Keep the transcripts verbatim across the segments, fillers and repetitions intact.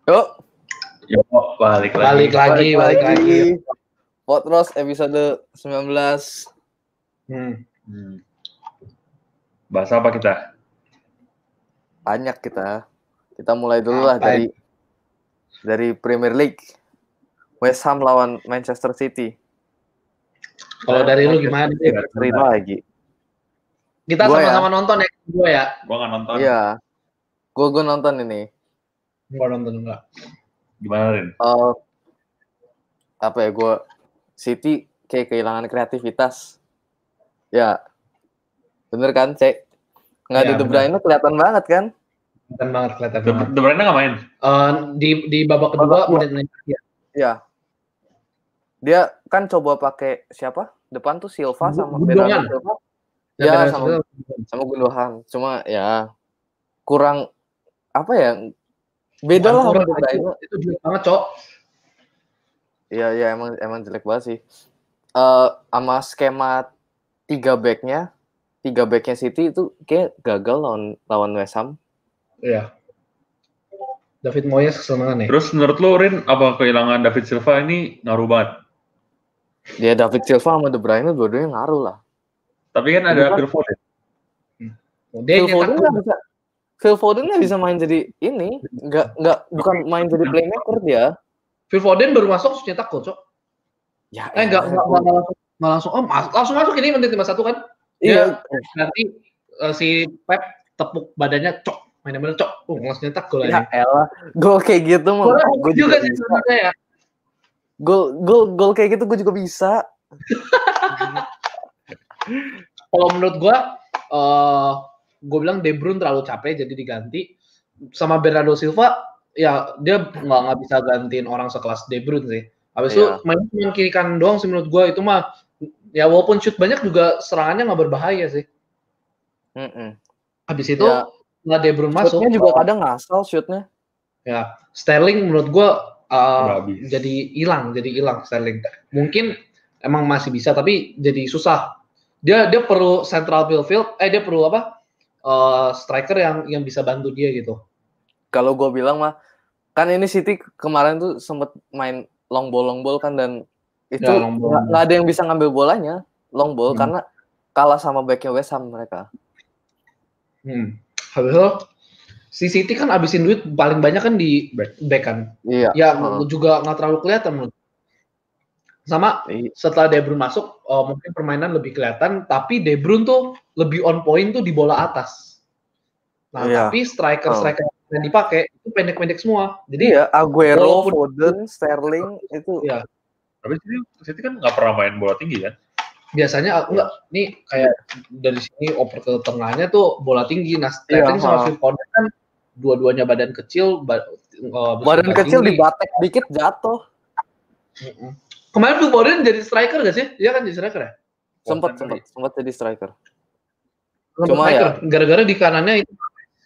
Yuk, Yuk, balik lagi. Balik lagi, balik lagi. Potros episode sembilan belas. Hmm. Hmm. Bahas apa kita? Banyak kita. Kita mulai dulu lah dari dari Premier League. West Ham lawan Manchester City. Kalau dari lu gimana sih? Terima lagi. Kita Gua sama-sama ya. nonton ya, gue ya. Gua nggak nonton. Iya. Gue gue nonton ini. Gue nonton enggak. Gimana, Rin? Uh, apa ya, gue City kayak kehilangan kreativitas. Ya. Bener kan, Cek? Nggak Ya, ada De Bruyne kelihatan banget kan? Kelihatan banget, kelihatan De, banget. De Bruyne nggak main? Uh, di di babak kedua Babak menit menit ya. Ya. Dia kan coba pakai siapa? Depan tuh Silva sama Gundogan. Bernardo Silva. Ya, Ya, Bernardo sama Silva. sama Gundogan. Cuma ya kurang apa ya? Beda lah sama De Bruyne. Itu jelek banget, Cok. Iya, iya emang emang jelek banget sih. Eh sama skema tiga back-nya, tiga back-nya City itu kayak gagal lawan lawan West Ham. Iya. David Moyes kesenangan ya. Terus menurut lu, Rin, apa kehilangan David Silva ini ngaruh banget? Dia David Silva sama De Bruyne dua-duanya ngaruh lah. Tapi kan ada Phil Foden. Dia Phil Foden nyetak nggak bisa. Phil Foden nggak bisa main jadi ini, nggak nggak bukan main jadi playmaker dia. Phil Foden baru masuk terus nyetak gol, Cok. Ya, Eh enggak enggak enggak langsung enggak langsung oh mas, langsung masuk ini menit lima puluh satu kan? Iya. Nanti uh, si Pep tepuk badannya, Cok. Mainnya bener, Cok. Oh, langsung nyetak gol Ya aja. elah, gol kayak gitu mah. Gue juga sih sebenarnya ya. Gol gol gol kayak gitu gue juga bisa. Kalau menurut gue, uh, gue bilang De Bruyne terlalu capek jadi diganti sama Bernardo Silva. Ya dia nggak nggak bisa gantiin orang sekelas De Bruyne sih. Habis itu Iya. main cuma kiri kanan doang sih menurut gue, itu mah ya walaupun shoot banyak juga serangannya nggak berbahaya sih. Mm-mm. Habis itu Ya. nggak De Bruyne masuk. Shootnya juga uh, kadang ngasal shootnya. Ya Sterling menurut gue uh, Udah habis. jadi hilang, jadi hilang Sterling. Mungkin emang masih bisa tapi jadi susah. Dia dia perlu central midfield, eh dia perlu apa? Uh, striker yang yang bisa bantu dia gitu. Kalau gue bilang mah, kan ini City kemarin tuh sempet main long ball long ball kan, dan itu Ya, long ball. nggak nggak ada yang bisa ngambil bolanya long ball Hmm. karena kalah sama backnya West Ham mereka. Hmm. Habis itu si City kan abisin duit paling banyak kan di Back. back kan. Iya. Ya Heeh. juga nggak terlalu kelihatan menurut. Sama I- setelah De Bruyne masuk, oh, mungkin permainan lebih kelihatan, tapi De Bruyne tuh lebih on point tuh di bola atas. Nah, Iya. tapi striker-striker yang dipakai itu pendek-pendek semua. Jadi Iya, Aguero, walaupun- Foden, Sterling itu. ya Tapi City, City kan nggak pernah main bola tinggi kan? biasanya enggak nih kayak dari sini oper ke tengahnya tuh bola tinggi. Nah, Sterling Iya, sama ha. Phil Foden kan dua-duanya badan kecil, ba- uh, Badan bola kecil tinggi. dibatek dikit jatuh. Mm-mm. Kemarin Phil Foden jadi striker gak sih? Iya kan jadi striker ya? Sempat Foden sempat sempat jadi striker. Cuma Cuma striker. ya- Gara-gara di kanannya itu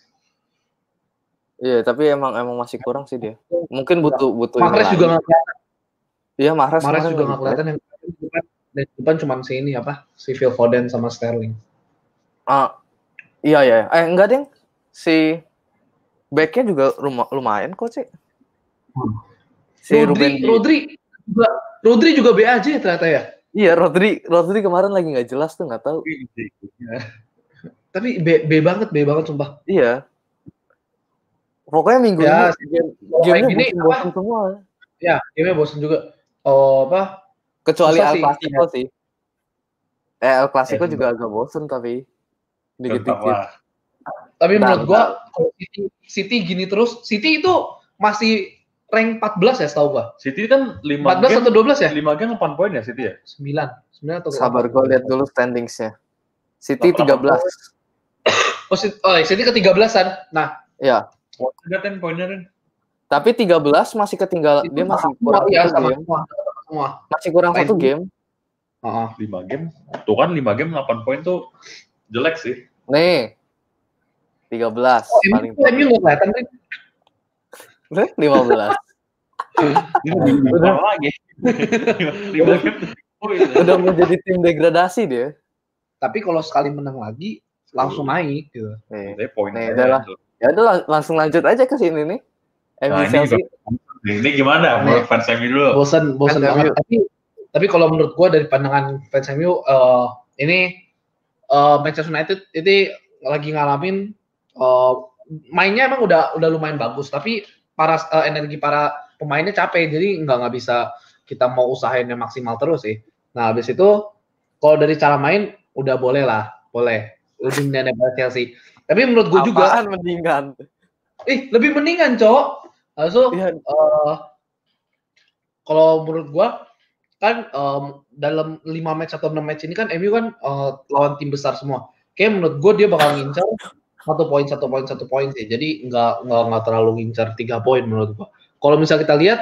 Iya, tapi emang emang masih kurang sih dia. Mungkin butuh butuh ini Mahrez lagi. juga nggak kelihatan. Iya, Mahrez Mahrez kemarin juga lagi nggak kelihatan yang depan, dan depan cuma si ini apa? Si Phil Foden sama Sterling. Ah, iya ya. Eh enggak deng. Si backnya juga ruma- lumayan kok sih. Si Ruben Rodri, Di- Rodri juga Rodri juga B A J ternyata ya. Iya, Rodri Rodri kemarin lagi nggak jelas tuh, nggak tahu. Tapi B, B banget, B banget sumpah. Iya. Pokoknya minggu Ya, ini game, kayak gamenya gini, bosan semua. Ya, gamenya bosen juga. Oh apa? Kecuali Susah El sih. Clasico sih. Eh, El Clasico Ya, juga agak bosen tapi Tetap dikit-dikit. lah. Tapi Bentar, menurut gua kalau City, City gini terus, City itu masih rank empat belas ya setahu gua. City kan lima empat belas game, atau dua belas ya? lima game delapan poin ya City ya? sembilan. sembilan atau Sabar, delapan. gue lihat dulu standingsnya. City delapan tiga belas. Oh, City, oh City ke tiga belasan. Nah, Ya, Ada ten poinnya kan? tapi tiga belas masih ketinggalan. itu Dia masih sama kurang semua, iya, satu sama game. semua. semua. Masih kurang Main satu dulu. game. Heeh. lima game. Tuh kan lima game delapan poin tuh jelek sih. Nih. tiga belas Oh, paling M U M U nggak kelihatan kan? nih lima belas. Ini lebih Udah. parah lagi. lima game. Oh, iya. Udah menjadi tim degradasi dia. Tapi kalau sekali menang lagi langsung naik gitu. Nih. Tapi poinnya Nih, udah lah. Ya udah lang- langsung lanjut aja ke sini nih. M U Nah, ini Chelsea. juga ini gimana? Nih. Menurut fans M U dulu. Bosan, bosan Fans banget. M U. Tapi, tapi kalau menurut gua dari pandangan fans M U, uh, ini uh, Manchester United ini lagi ngalamin uh, mainnya emang udah udah lumayan bagus, tapi para uh, energi para pemainnya capek, jadi nggak nggak bisa kita mau usahainnya maksimal terus sih. Nah, habis itu kalau dari cara main udah boleh lah, boleh lebih mendingan daripada Chelsea. Tapi menurut gue juga, Apaan mendingan? ih lebih mendingan cowok. So, Iya. uh, kalau menurut gue kan um, dalam lima match atau enam match ini kan M U kan uh, lawan tim besar semua. Kayak menurut gue dia bakal ngincar satu poin satu poin satu poin sih. Jadi nggak nggak nggak terlalu ngincar tiga poin menurut gue. Kalau misalnya kita lihat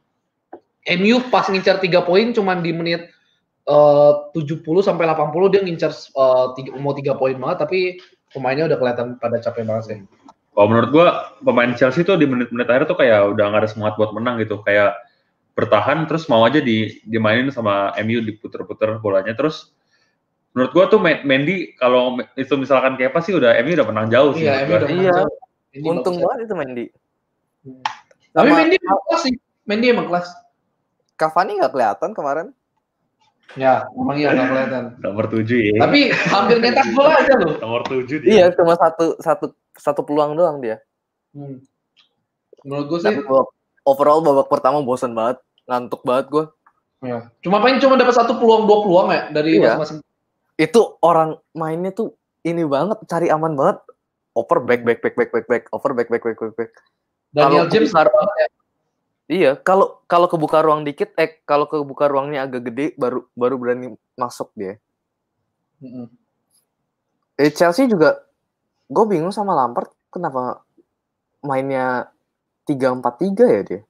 M U pas ngincar tiga poin cuman di menit uh, tujuh puluh sampai delapan puluh dia ngincar uh, tiga, mau tiga poin banget, tapi pemainnya udah kelihatan pada capek banget sih. Kalau menurut gua pemain Chelsea tuh di menit-menit akhir tuh kayak udah nggak ada semangat buat menang gitu, kayak bertahan terus mau aja di dimainin sama M U, diputer-puter bolanya. Terus menurut gua tuh Mendy kalau itu misalkan kayak apa sih udah M U udah menang jauh sih. Iya, M U udah menang Iya. jauh. Mendy Untung bagus, banget itu Mendy. Hmm. Tapi Sama- Mendy emang kelas sih. Mendy emang kelas. Cavani nggak kelihatan kemarin. Ya, emang iya nggak kelihatan. Nomor tujuh ya. Tapi hampir nyetak gol aja loh. Nomor tujuh Iya, dia. cuma satu satu satu peluang doang dia. Hmm. Menurut gue sih, Tapi babak- overall babak pertama bosan banget, ngantuk banget gue. ya. Cuma paling cuma dapat satu peluang dua peluang ya dari Iya. masing-masing. Itu orang mainnya tuh ini banget, cari aman banget. Over back back back back back back, over back back back back back. Daniel Kalau James kebuka- banget ya. Iya, kalau kalau kebuka ruang dikit, eh kalau kebuka ruangnya agak gede, baru baru berani masuk dia. Mm-mm. Eh Chelsea juga, gue bingung sama Lampard, kenapa mainnya tiga empat tiga ya dia?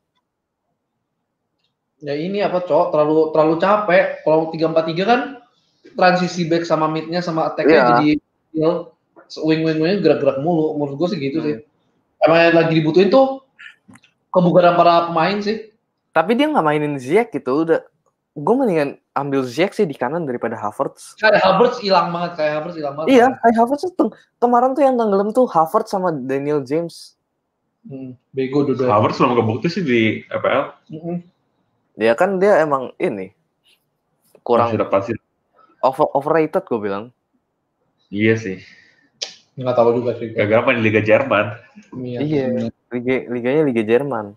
Ya ini apa cowok terlalu terlalu capek. Kalau tiga empat tiga kan transisi back sama midnya sama attack-nya Iya. jadi wing-wing-wingnya gerak-gerak mulu. Menurut gue sih gitu Hmm. sih. Emang yang lagi dibutuhin tuh kebugaran para pemain sih. Tapi dia nggak mainin Ziyech gitu, udah. Gue mendingan ambil Ziyech sih di kanan daripada Havertz. Kayak Havertz hilang banget, kayak Havertz hilang banget. Iya, kayak Havertz tuh kemarin tuh yang tenggelam tuh Havertz sama Daniel James. Hmm, bego dua-dua. Havertz belum kebukti sih di E P L. Mm-mm. Dia kan dia emang ini kurang Sudah pasti. over, overrated gue bilang. Iya sih. Nggak tahu juga sih. Gara-gara main di Liga Jerman. Iya. Liga liganya Liga Jerman.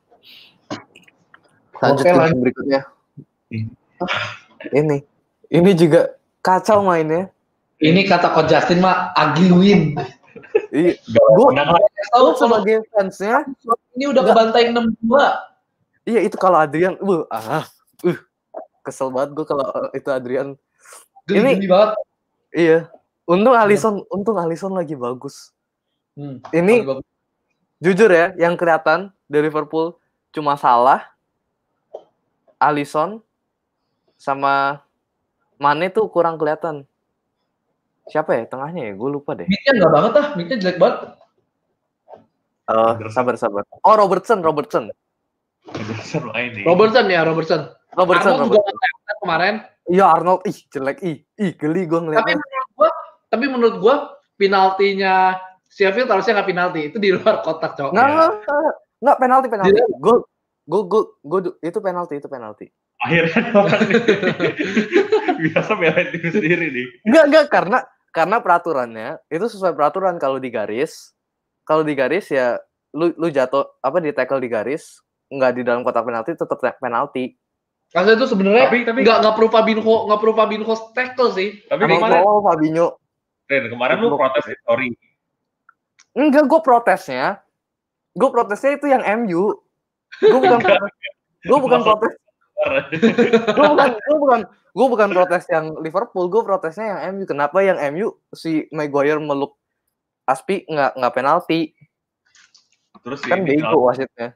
Lanjut Oke, ke lanjut. game berikutnya. Ini. Ini, ini juga kacau mainnya. Ini kata Coach Justin mah ugly win. Iya, Gak gue menang lah. Tahu gue kalau sebagai fansnya, ini udah Nggak. kebantai enam dua. iya itu kalau Adrian, uh, ah, uh, kesel banget gue kalau itu Adrian. Geli-geli banget. Iya, untung Alisson, untung Alisson lagi bagus. Hmm. Ini bagus. jujur ya, yang kelihatan dari Liverpool cuma Salah, Alisson, sama Mane tuh kurang kelihatan. Siapa ya tengahnya ya? Gue lupa deh. Midnya nggak banget ah, midnya jelek banget. Uh, sabar sabar. Oh Robertson, Robertson, Ederson main nih. Robertson ya, Robertson. Robertson. Arnold juga Robertson. nggak kemarin. Iya Arnold, ih jelek, ih, ih geli gue Tapi ngeliatnya. menurut gua, tapi menurut gua penaltinya Sheffield harusnya nggak penalti, itu di luar kotak cowok. Nggak, Iya. nggak, nggak, nggak penalti penalti. Dia- Gue, gue, gue, gue, itu penalti, itu penalti. Akhirnya orang nih. Biasa belain diri sendiri nih. Enggak, enggak, karena karena peraturannya itu sesuai peraturan. Kalau di garis, kalau di garis ya lu lu jatuh apa di tackle di garis, enggak di dalam kotak penalti tetap penalti. Karena itu sebenarnya Tapi- tapi- nggak nggak perlu Fabinho nggak perlu Fabinho tackle sih. Tapi Emang kemarin, oh, Fabinho. Ren, kemarin lu protes story. Enggak, gue protesnya. Gue protesnya itu yang M U. Gue bukan protes. Gue bukan protes. Gue bukan, gue bukan, gue bukan protes yang Liverpool. Gue protesnya yang M U. Kenapa yang M U si Maguire meluk Aspi nggak nggak penalti? Terus Kan ini, bego wasitnya.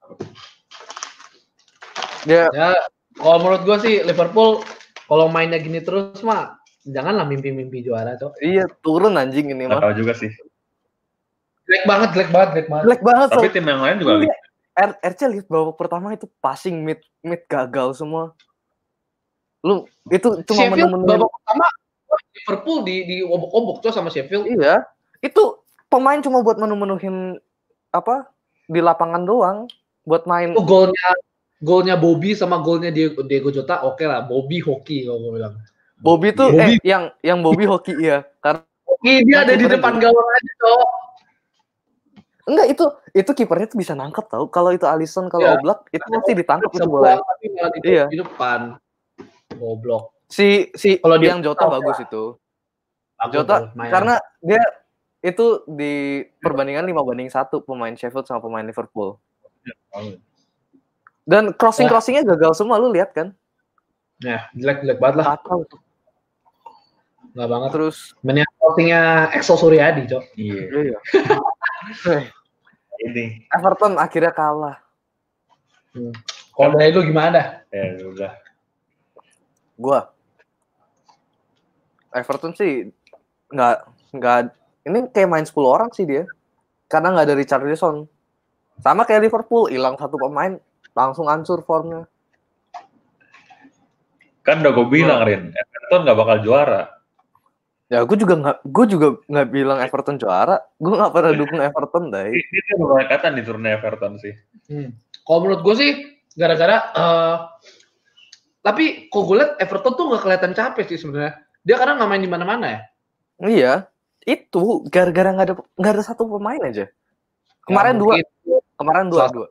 Ya, Ya, kalau menurut gua sih Liverpool kalau mainnya gini terus mah janganlah mimpi-mimpi juara, cok. iya turun anjing ini nggak mah. tahu juga sih. Jelek banget, jelek banget, jelek banget. Jelek banget. Tapi so. tim yang lain juga Iya. R RC lihat babak pertama itu passing mid mid gagal semua. Lu itu cuma Sheffield menu-menu. babak pertama wah, Liverpool di di obok-obok cok sama Sheffield. Iya, itu pemain cuma buat menu-menuhin apa di lapangan doang buat main. Itu golnya golnya Bobby sama golnya Diego, Diego Jota oke okay lah. Bobby hoki kalau gue bilang. Bobby tuh Bobby. eh yang yang Bobby hoki ya. Karena hoki dia ada di depan gawang aja, Cok. Enggak, itu itu kipernya tuh bisa nangkep tau. Kalau itu Alisson, kalau ya. Oblak itu pasti ditangkap itu bola. bola. Tapi malah di, iya. di depan. Goblok. Si si kalau yang Jota bagus ya. itu. Bagus, Jota main. Karena dia itu di perbandingan lima banding satu pemain Sheffield sama pemain Liverpool. Dan crossing-crossingnya gagal semua, lu lihat kan? Ya, jelek-jelek banget lah. Kacau. Nggak banget. Terus mainnya crossingnya Exo Suryadi, Cok. Iya. iya. Ini Everton akhirnya kalah. Hmm. Kalau dari lu gimana? Ya udah. Gua Everton sih nggak nggak ini kayak main sepuluh orang sih dia. Karena nggak ada Richarlison. Sama kayak Liverpool, hilang satu pemain langsung hancur formnya. Kan udah gue bilang, Rin, Everton nggak bakal juara. Ya, gue juga nggak, gue juga nggak bilang Everton juara. Gue nggak pernah dukung Everton, dai. Ini udah banyak kata nih turunnya Everton sih. Hmm. Kalau menurut gue sih, gara-gara, uh, tapi kok gue liat Everton tuh nggak kelihatan capek sih sebenarnya. Dia karena nggak main di mana-mana ya. Iya, itu gara-gara nggak ada nggak ada satu pemain aja. Kemarin ya, dua, kemarin dua, dua.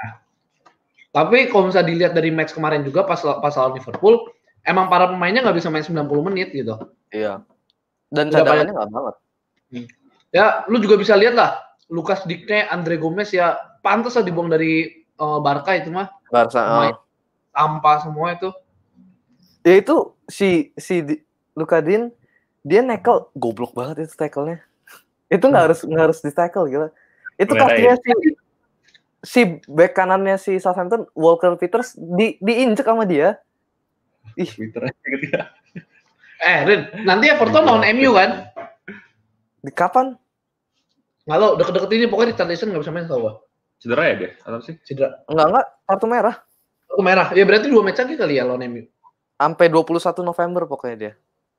Tapi kalau misalnya dilihat dari match kemarin juga pas pas lawan Liverpool, emang para pemainnya nggak bisa main sembilan puluh menit gitu. Iya. Dan cadangannya nggak banget. Hmm. Ya, lu juga bisa lihat lah, Lucas Digne, Andre Gomez ya pantas lah dibuang dari uh, Barca itu mah. Barca. Pemain uh. Sampah semua itu. Ya itu si si Lucas Digne dia nekel goblok banget itu tackle-nya. Itu nggak hmm. harus nggak harus di tackle gitu. Itu kakinya si si back kanannya si Southampton Walker Peters di diinjek sama dia. Ih, Twitternya gitu ya. Eh, Rin, nanti Everton lawan M U kan? Di kapan? Nggak lo, deket-deket ini pokoknya Richarlison nggak bisa main tau gak? Cedera ya dia? Atau sih? Cedera. Enggak, enggak. Kartu merah. Kartu merah. Ya berarti dua match lagi kali ya lawan M U. Sampai dua puluh satu November pokoknya dia.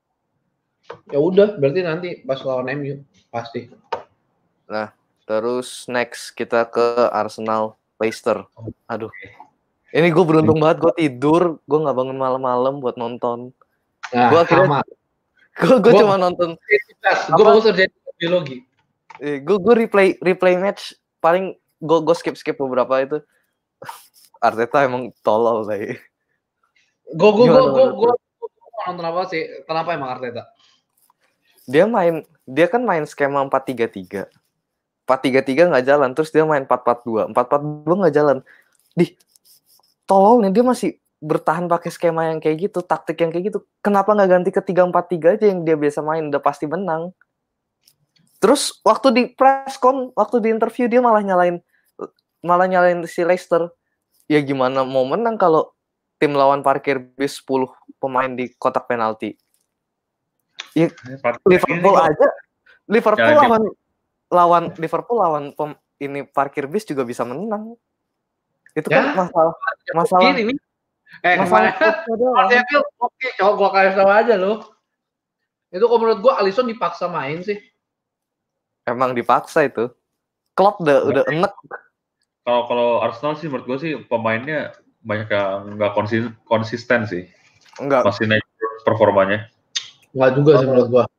Ya udah, berarti nanti pas lawan M U. Pasti. Nah, terus next kita ke Arsenal Leicester. Aduh. Ini gue beruntung banget, gue tidur. Gue gak bangun malam-malam buat nonton. Nah, gue akhirnya gue gue cuma nonton gue baru kerjain biologi eh, gue gue replay replay match paling gue gue skip skip beberapa itu. Arteta emang tolol deh. Gue gue gue gue gue nonton apa sih, kenapa emang Arteta dia main dia kan main skema empat tiga tiga empat tiga tiga nggak jalan, terus dia main empat empat dua empat empat dua nggak jalan. Di tolol nih, dia masih bertahan pakai skema yang kayak gitu, taktik yang kayak gitu. Kenapa nggak ganti ke tiga empat tiga aja yang dia biasa main, udah pasti menang. Terus waktu di press con, waktu di interview dia malah nyalain malah nyalain si Leicester. Ya gimana mau menang kalau tim lawan parkir bis sepuluh pemain di kotak penalti. Ya, Liverpool aja Liverpool ya, lawan ya. lawan Liverpool lawan pem, ini parkir bis juga bisa menang. Itu ya, kan masalah masalah ini. Eh, kemarin Sheffield oke, cowok gua kasih tahu aja loh. Itu kalau menurut gua Alisson dipaksa main sih. Emang dipaksa itu. Klopp udah udah enek. Kalau kalau Arsenal sih menurut gua sih pemainnya banyak yang nggak konsisten, konsisten sih. Enggak. Masih naik performanya. Enggak juga sih menurut gua.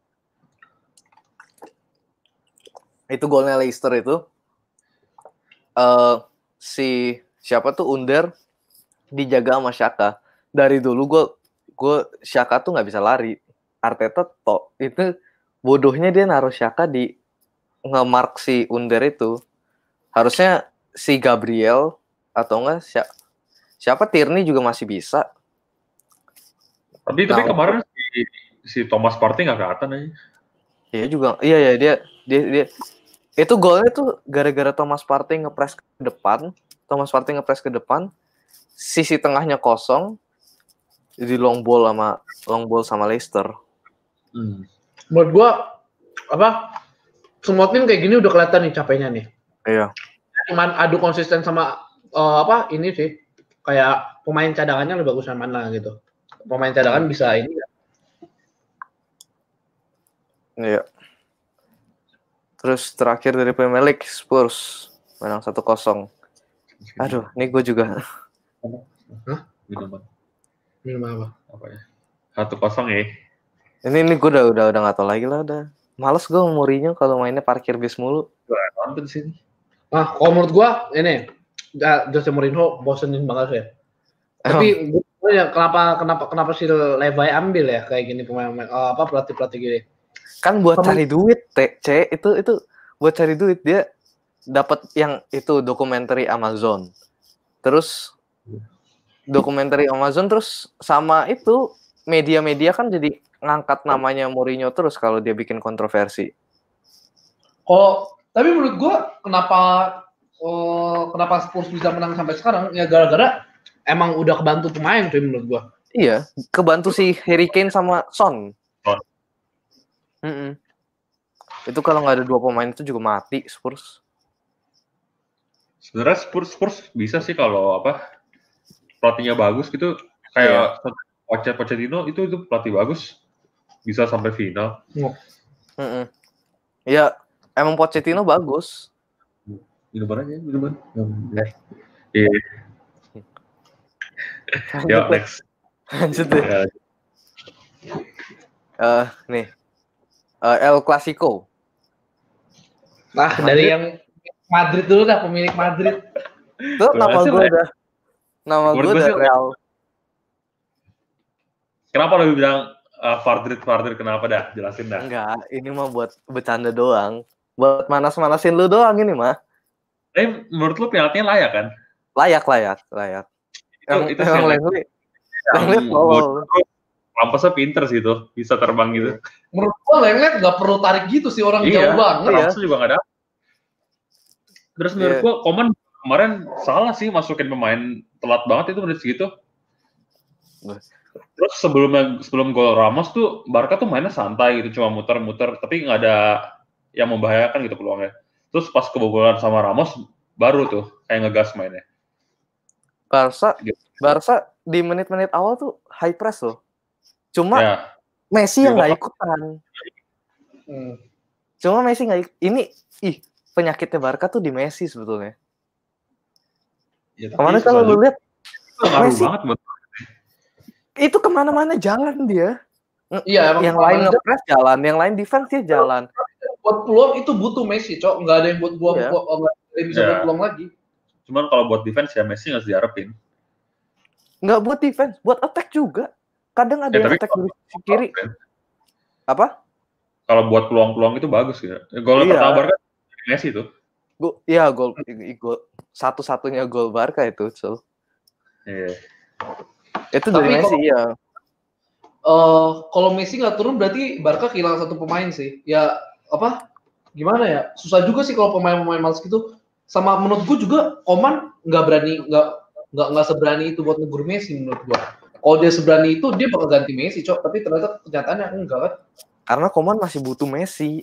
Itu golnya Leicester itu. Uh, si siapa tuh Under dijaga sama Xhaka. Dari dulu gue gue Xhaka tuh nggak bisa lari. Arteta toh itu bodohnya dia naruh Xhaka di nge-mark si Under itu. Harusnya si Gabriel atau enggak siapa, siapa Tierney juga masih bisa. Tapi nah, tapi kemarin si, si Thomas Partey nggak kelihatan aja. Iya juga. Iya ya dia dia dia itu golnya tuh gara-gara Thomas Partey ngepres ke depan. Thomas Partey ngepres ke depan. Sisi tengahnya kosong, jadi long ball sama long ball sama Leicester. Hmm. Menurut gua apa? Semua tim kayak gini udah kelihatan nih capeknya nih. Iya. Cuman adu konsisten sama uh, apa ini sih? Kayak pemain cadangannya lebih bagus mana gitu. Pemain cadangan hmm. bisa ini. Iya. Terus terakhir dari Premier League Spurs menang satu kosong. Aduh, ini gue juga. Hah? Minuman. Minuman apa? Apa ya? Satu kosong ya. Ini ini gue udah udah udah nggak tahu lagi lah udah. Males gue Mourinho kalau mainnya parkir bis mulu. Gue nonton sini. Ah, kalau menurut gua ini Jose Mourinho bosenin banget ya. Tapi gue ya kenapa kenapa kenapa si Levi ambil ya kayak gini pemain-pemain uh, apa pelatih-pelatih gini. Kan buat Sama- cari duit, T C itu itu buat cari duit dia dapat yang itu dokumenter Amazon. Terus dokumenter Amazon terus sama itu media-media kan jadi ngangkat namanya Mourinho terus kalau dia bikin kontroversi. Kalau tapi menurut gua kenapa oh, kenapa Spurs bisa menang sampai sekarang ya gara-gara emang udah kebantu pemain tuh menurut gua. Iya, kebantu si Harry Kane sama Son. Son. Mm-mm. Itu kalau nggak ada dua pemain itu juga mati Spurs. Sebenarnya Spurs Spurs bisa sih kalau apa pelatihnya bagus gitu kayak Poche Pochettino itu itu pelatih bagus bisa sampai final. Mm-mm. Ya emang Pochettino bagus. Minuman aja minuman. Iya. Ya next. Lanjut deh. Ya, Uh, nih uh, El Clasico. Nah, dari yang Madrid dulu dah, pemilik Madrid. Tuh nama gue udah nama gue udah Real. Kenapa lu bilang uh, Fardrit Fardrit kenapa dah? Jelasin dah. Enggak, ini mah buat bercanda doang. Buat manas-manasin lu doang ini mah. Eh, menurut lu penaltinya layak kan? Layak, layak, layak. Itu, Yang, itu yang Langley, Langley follow. Lampasnya pinter sih itu, bisa terbang gitu. Menurut gua Lenglet nggak perlu tarik gitu sih orang Iya, jauh banget. Lampasnya juga nggak ada. Terus menurut Iya. gua Koman kemarin salah sih masukin pemain telat banget itu menit segitu. Terus sebelumnya sebelum gol Ramos tuh Barca tuh mainnya santai gitu, cuma muter-muter, tapi nggak ada yang membahayakan gitu peluangnya. Terus pas kebobolan sama Ramos baru tuh kayak ngegas mainnya. Barca, Gitu. Barca di menit-menit awal tuh high press loh. Cuma Ya, Messi yang Iya, nggak Pak. ikutan. Hmm. Cuma Messi nggak ik- ini ih penyakitnya Barca tuh di Messi sebetulnya. ya tapi Kemarin susah kalau lu juga. lihat Itu ngaruh Messi- banget buat itu kemana-mana jalan dia. Nge- Iya, emang yang kemana-mana lain nge-press jalan, yang lain defense dia jalan. Buat peluang itu butuh Messi, cok. Nggak ada yang buat buang, Iya. buat, nggak ada yang bisa Iya. buat peluang lagi. Cuman kalau buat defense ya Messi nggak diharapin. Nggak buat defense, buat attack juga. Kadang ada Ya, yang tapi attack kalau- dari sisi kiri. Apa? Kalau buat peluang-peluang itu bagus ya. Gol Iya. pertama Barca Messi itu. Gol, iya gol, gol satu-satunya gol Barca itu, so. Iya. Itu Tapi dari Messi kalau- ya. Eh, kalau Messi nggak turun berarti Barca kehilangan satu pemain sih. Ya apa? Gimana ya? Susah juga sih kalau pemain-pemain males gitu. Sama menurut gue juga Oman nggak berani nggak nggak nggak seberani itu buat negur Messi menurut gue. Kalau dia seberani itu dia bakal ganti Messi, cok. Tapi ternyata kenyataannya enggak kan? Karena Koman masih butuh Messi.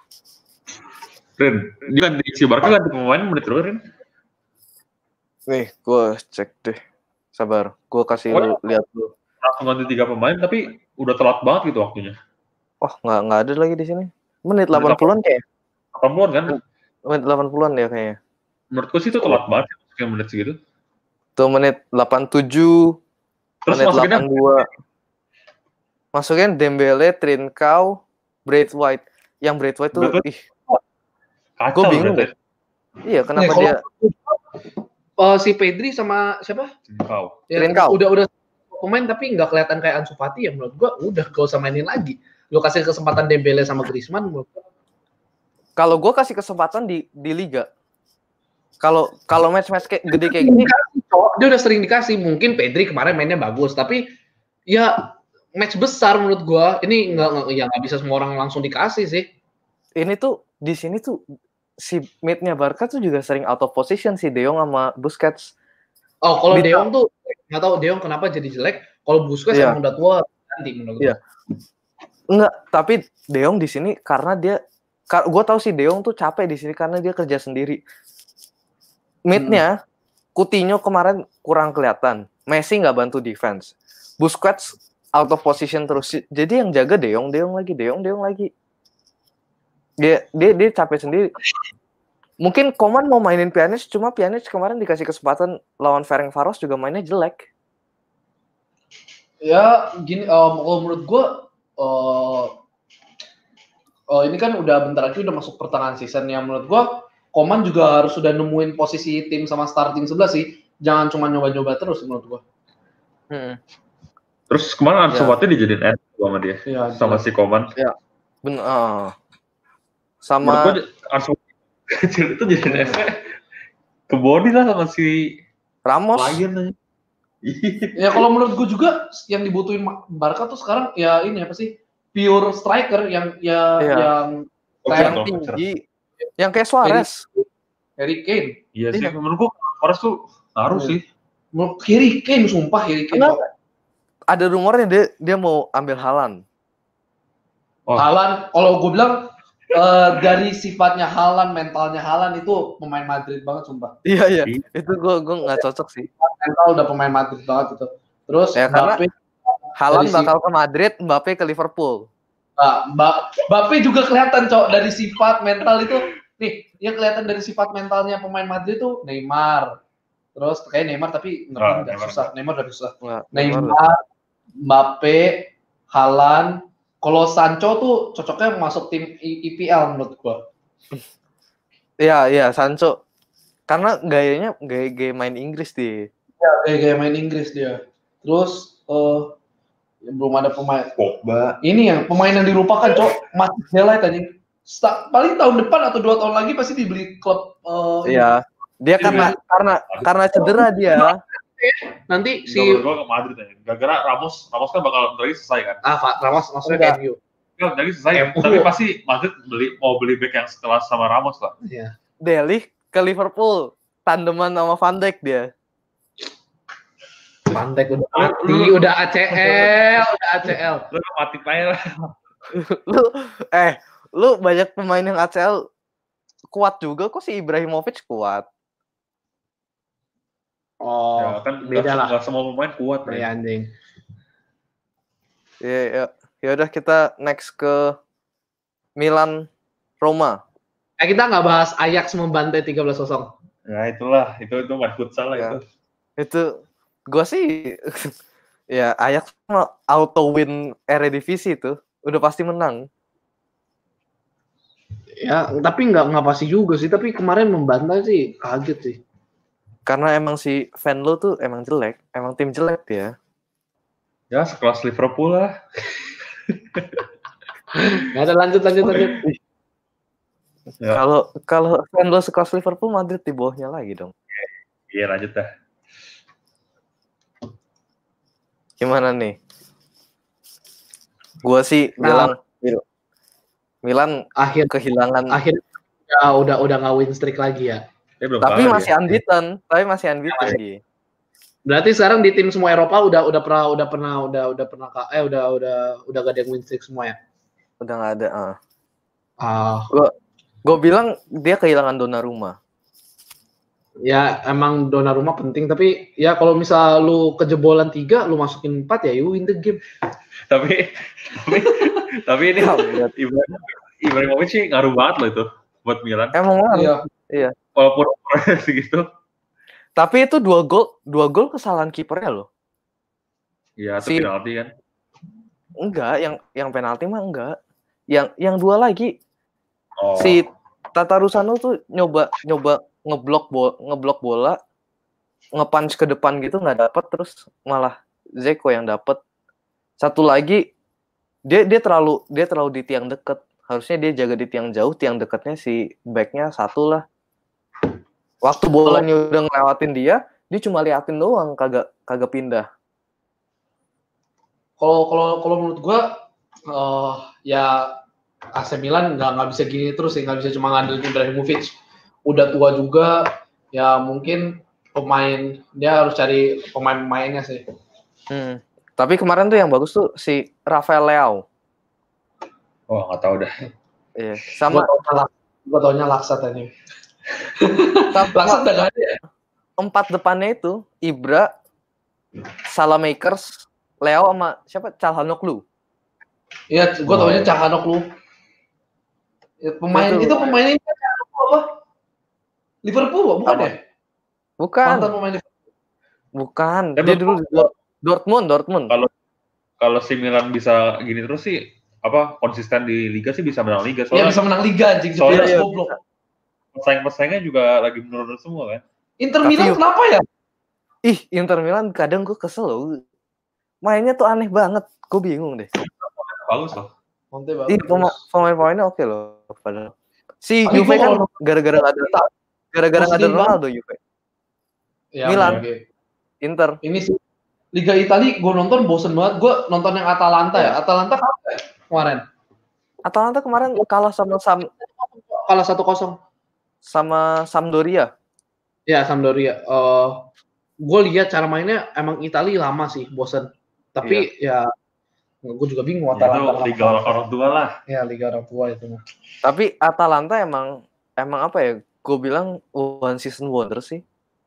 Rin, dia ganti si Barca ganti pemain menit berapa Rin? Nih, gue cek deh. Sabar, gue kasih Oh, lu lihat dulu. Langsung ganti tiga pemain tapi udah telat banget gitu waktunya. Oh, nggak nggak ada lagi di sini. Menit delapan puluhan kayak. delapan puluhan kan? Menit delapan puluhan ya kayaknya. Menurutku sih itu telat banget masukin menit segitu. Tuh menit delapan puluh tujuh, Terus menit masukinnya delapan puluh dua. Masukin Dembele, Trincao, Braithwaite. Yang Braithwaite tuh, Braithwaite ih, kacau. Gua bingung berarti. iya kenapa Nih, kalau- dia Eh, si Pedri sama siapa? Trincao. Ya, Trincao. udah udah pemain tapi nggak kelihatan kayak Ansu Fati ya menurut gua udah gak usah mainin lagi. Lo kasih kesempatan Dembele sama Griezmann menurut gua. kalau gue kasih kesempatan di di liga. Kalau kalau match-match kayak gede kayak gini, Cowok, dia udah sering dikasih. Mungkin Pedri kemarin mainnya bagus, tapi ya match besar menurut gua. Ini nggak nggak- ya nggak bisa semua orang langsung dikasih sih. ini tuh di sini tuh si mid-nya Barca tuh juga sering out of position si De Jong sama Busquets. Oh, kalau Bisa. De Jong tuh nggak tahu De Jong kenapa jadi jelek. Kalau Busquets Iya. emang udah tua ganti menurut gua. Iya. Enggak, tapi De Jong di sini karena dia gue tahu si De Jong tuh capek di sini karena dia kerja sendiri. Mid-nya Coutinho kemarin kurang kelihatan. Messi nggak bantu defense. Busquets out of position terus. Jadi yang jaga De Jong, De Jong lagi, De Jong, De Jong lagi. Dia dia dia capek sendiri. mungkin Koman mau mainin Pjanic, cuma Pjanic kemarin dikasih kesempatan lawan Ferencvaros juga mainnya jelek. Ya gini, um, kalau menurut gue, uh, uh, ini kan udah bentar lagi udah masuk pertengahan season ya. Menurut gue, Koman juga harus sudah nemuin posisi tim sama starting sebelah sih. Jangan cuma nyoba-nyoba terus menurut gue. Hmm. Terus kemarin Ansu Fati ya. dijadiin N sama dia, ya, sama jelas. si Koman. Ya, benar. Uh, sama. Menurut gue Ansu Fati itu jadiin N ke body lah sama si Ramos. Lion. Ya kalau menurut gue juga yang dibutuhin Barca tuh sekarang ya ini apa sih, pure striker yang ya iya. yang okay, yang tinggi, yang kayak Suarez, Harry Kane. Iya sih, menurut gue Suarez tuh harus sih. Menurut Harry Kane sumpah Harry Kane. Ada rumornya dia dia mau ambil Haaland. Oh. Haaland, kalau gue bilang Uh, dari sifatnya Haaland, mentalnya Haaland itu pemain Madrid banget sumpah. Iya iya, itu gue gue nggak cocok sih. Mental udah pemain Madrid banget itu. Terus ya, Mbappe, Haaland bakal ke Madrid, Mbappe ke Liverpool. Nah, Mbappe juga kelihatan cok dari sifat mental itu. Nih, yang kelihatan dari sifat mentalnya pemain Madrid tuh Neymar. Terus kayak Neymar tapi nggak nah, susah. Neymar udah susah. Nah, Neymar, Neymar, Mbappe, Haaland. Kalau Sancho tuh cocoknya masuk tim I P L menurut gua. Iya, iya, Sancho. Karena gayanya gaya-gaya main Inggris dia. Iya, gaya-gaya main Inggris dia. Terus uh, belum ada pemain. Pogba. Ini yang pemain yang dilupakan, Cok. Matthijs de Ligt tadi. Paling tahun depan atau dua tahun lagi pasti dibeli klub. Uh, iya. Dia karena ya. karena karena cedera dia. Nanti si gue ke Madrid aja. Gara-gara Ramos, Ramos kan bakal dari selesai kan? Ah, Pak, Ramos maksudnya M U. Enggak, dari selesai. M U. Tapi pasti Madrid beli mau beli back yang sekelas sama Ramos lah. Iya. De Ligt ke Liverpool, tandeman sama Van Dijk dia. Van Dijk udah mati, udah A C L, udah A C L. Lu mati payah. Lu eh, lu banyak pemain yang A C L kuat juga kok, si Ibrahimovic kuat. Oh, ya, kan beda lah. Gak semua pemain kuat, ya, anjing. Ya, ya, ya udah kita next ke Milan Roma. Eh kita nggak bahas Ajax membantai tiga belas kosong. Ya itulah, itu itu main futsal lah ya. itu. Itu gua sih ya Ajax auto win Eredivisie itu, udah pasti menang. Ya, tapi nggak nggak pasti juga sih, tapi kemarin membantai sih kaget sih. Karena emang si fan lo tuh emang jelek, emang tim jelek dia. Ya sekelas Liverpool lah. Nggak ada lanjut lanjut lanjut. Kalau ya. kalau fan lo sekelas Liverpool, Madrid di bawahnya lagi dong. Iya lanjut dah. Gimana nih? Gua sih bilang nah, Milan akhir kehilangan. Akhir ya udah udah nggak win streak lagi ya. Eh, tapi masih ya. unbeaten, tapi masih unbeaten lagi. Berarti sekarang di tim semua Eropa udah udah pernah udah pernah udah udah pernah eh udah udah udah gak ada yang win streak semua ya? Udah nggak ada. Ah. Uh. Gue gue bilang dia kehilangan Donnarumma. Ya emang Donnarumma penting, tapi ya kalau misal lu kejebolan tiga, lu masukin empat ya, you win the game. tapi tapi tapi ini Ibrahimovic sih ngaruh banget loh itu buat Milan. Emang ngaruh. Iya. Iya. Walaupun segitu. Tapi itu dua gol, dua gol kesalahan kipernya loh. Iya, itu si, penalti kan? Enggak, yang yang penalti mah enggak. Yang yang dua lagi. Oh. Si Tatarusanu tuh nyoba nyoba ngeblok bola, ngeblok bola, nge-punch ke depan gitu nggak dapat, terus malah Zeko yang dapat. Satu lagi dia dia terlalu dia terlalu di tiang deket. Harusnya dia jaga di tiang jauh, tiang dekatnya si back-nya satu lah. Waktu bolanya udah ngelewatin dia, dia cuma liatin doang, kagak kagak pindah. Kalau kalau kalau menurut gua uh, ya A C Milan nggak nggak bisa gini terus sih, nggak bisa cuma ngandelin Ibrahimovic. Udah tua juga, ya mungkin pemain dia harus cari pemain-pemainnya sih. Hmm. Tapi kemarin tuh yang bagus tuh si Rafael Leao. Oh, nggak tahu dah. Iya, sama gua taunya Laksa tadi. Laksa udah ada ya? Empat depannya itu Ibra, Salamakers, Leo sama siapa? Calhanoglu. Iya, gua taunya Calhanoglu. Ya, pemain itu, itu pemain ini apa? Liverpool bukan Apa? ya? Bukan, Mantan pemain Liverpool. bukan. Tapi Dia dulu di Dor- Dortmund, Dortmund. Kalau kalau si Milan bisa gini terus sih apa konsisten di liga sih bisa menang liga Ya soalnya bisa menang liga anjing, Soalnya- Juventus Iya, goblok. pesaing-pesaingnya juga lagi menurun semua kan. Inter Tapi Milan yuk- kenapa ya? Ih, Inter Milan kadang gue kesel loh. Mainnya tuh aneh banget. Gue bingung deh. Bagus loh. Conte bagus. Ih, pema- pemain-pemainnya oke loh. Padahal. Si Tapi Juve gua kan kalau- gara-gara nggak ada gara-gara nggak ada Positif Ronaldo Juve. Ya, Milan. oke. Inter. Ini sih Liga Italia gue nonton bosen banget. Gue nonton yang Atalanta ya. Atalanta kalah ya kemarin. Atalanta kemarin kalah sama Sam Kalah satu kosong. sama Sampdoria. Ya Sampdoria. Uh, gue lihat cara mainnya emang Italia lama sih, bosen. Tapi ya gue juga bingung Ya, itu Atalanta. liga orang tua lah. Ya Liga orang tua itu. Tapi Atalanta emang emang apa ya? Gue bilang one season wonder sih.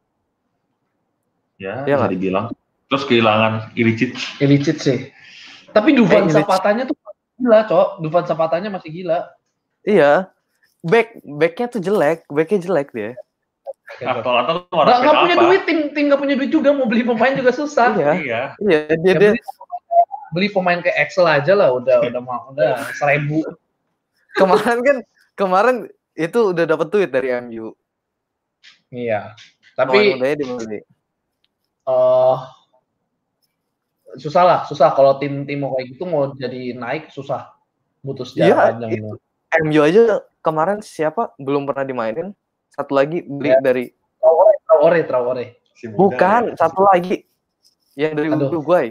Ya, Iya bisa nggak? dibilang. Terus kehilangan Ilicic. Ilicic sih. Tapi Dufan Eh, Ilicic. Zapatanya tuh gila, Cok. Dufan Zapatanya masih gila. Iya. Back backnya tuh jelek, backnya jelek dia. Atalanta tuh Nggak, orang nggak punya apa? duit, tim tim nggak punya duit juga, mau beli pemain juga susah. Iya. Iya. Iya, dia Ya, dia beli, beli pemain kayak Excel aja lah, udah udah mau udah seribu. kemarin kan kemarin itu udah dapat duit dari M U. Iya. Tapi Tapi mudanya dibeli. eh susah lah, susah kalau tim-tim mau kayak gitu mau jadi naik susah, butuh sejarah Iya, panjang. itu. M U aja kemarin siapa belum pernah dimainin. Satu lagi beli Ya. dari Traore, Traore, Traore. Si muda bukan ya. satu lagi yang dari Aduh. Uruguay.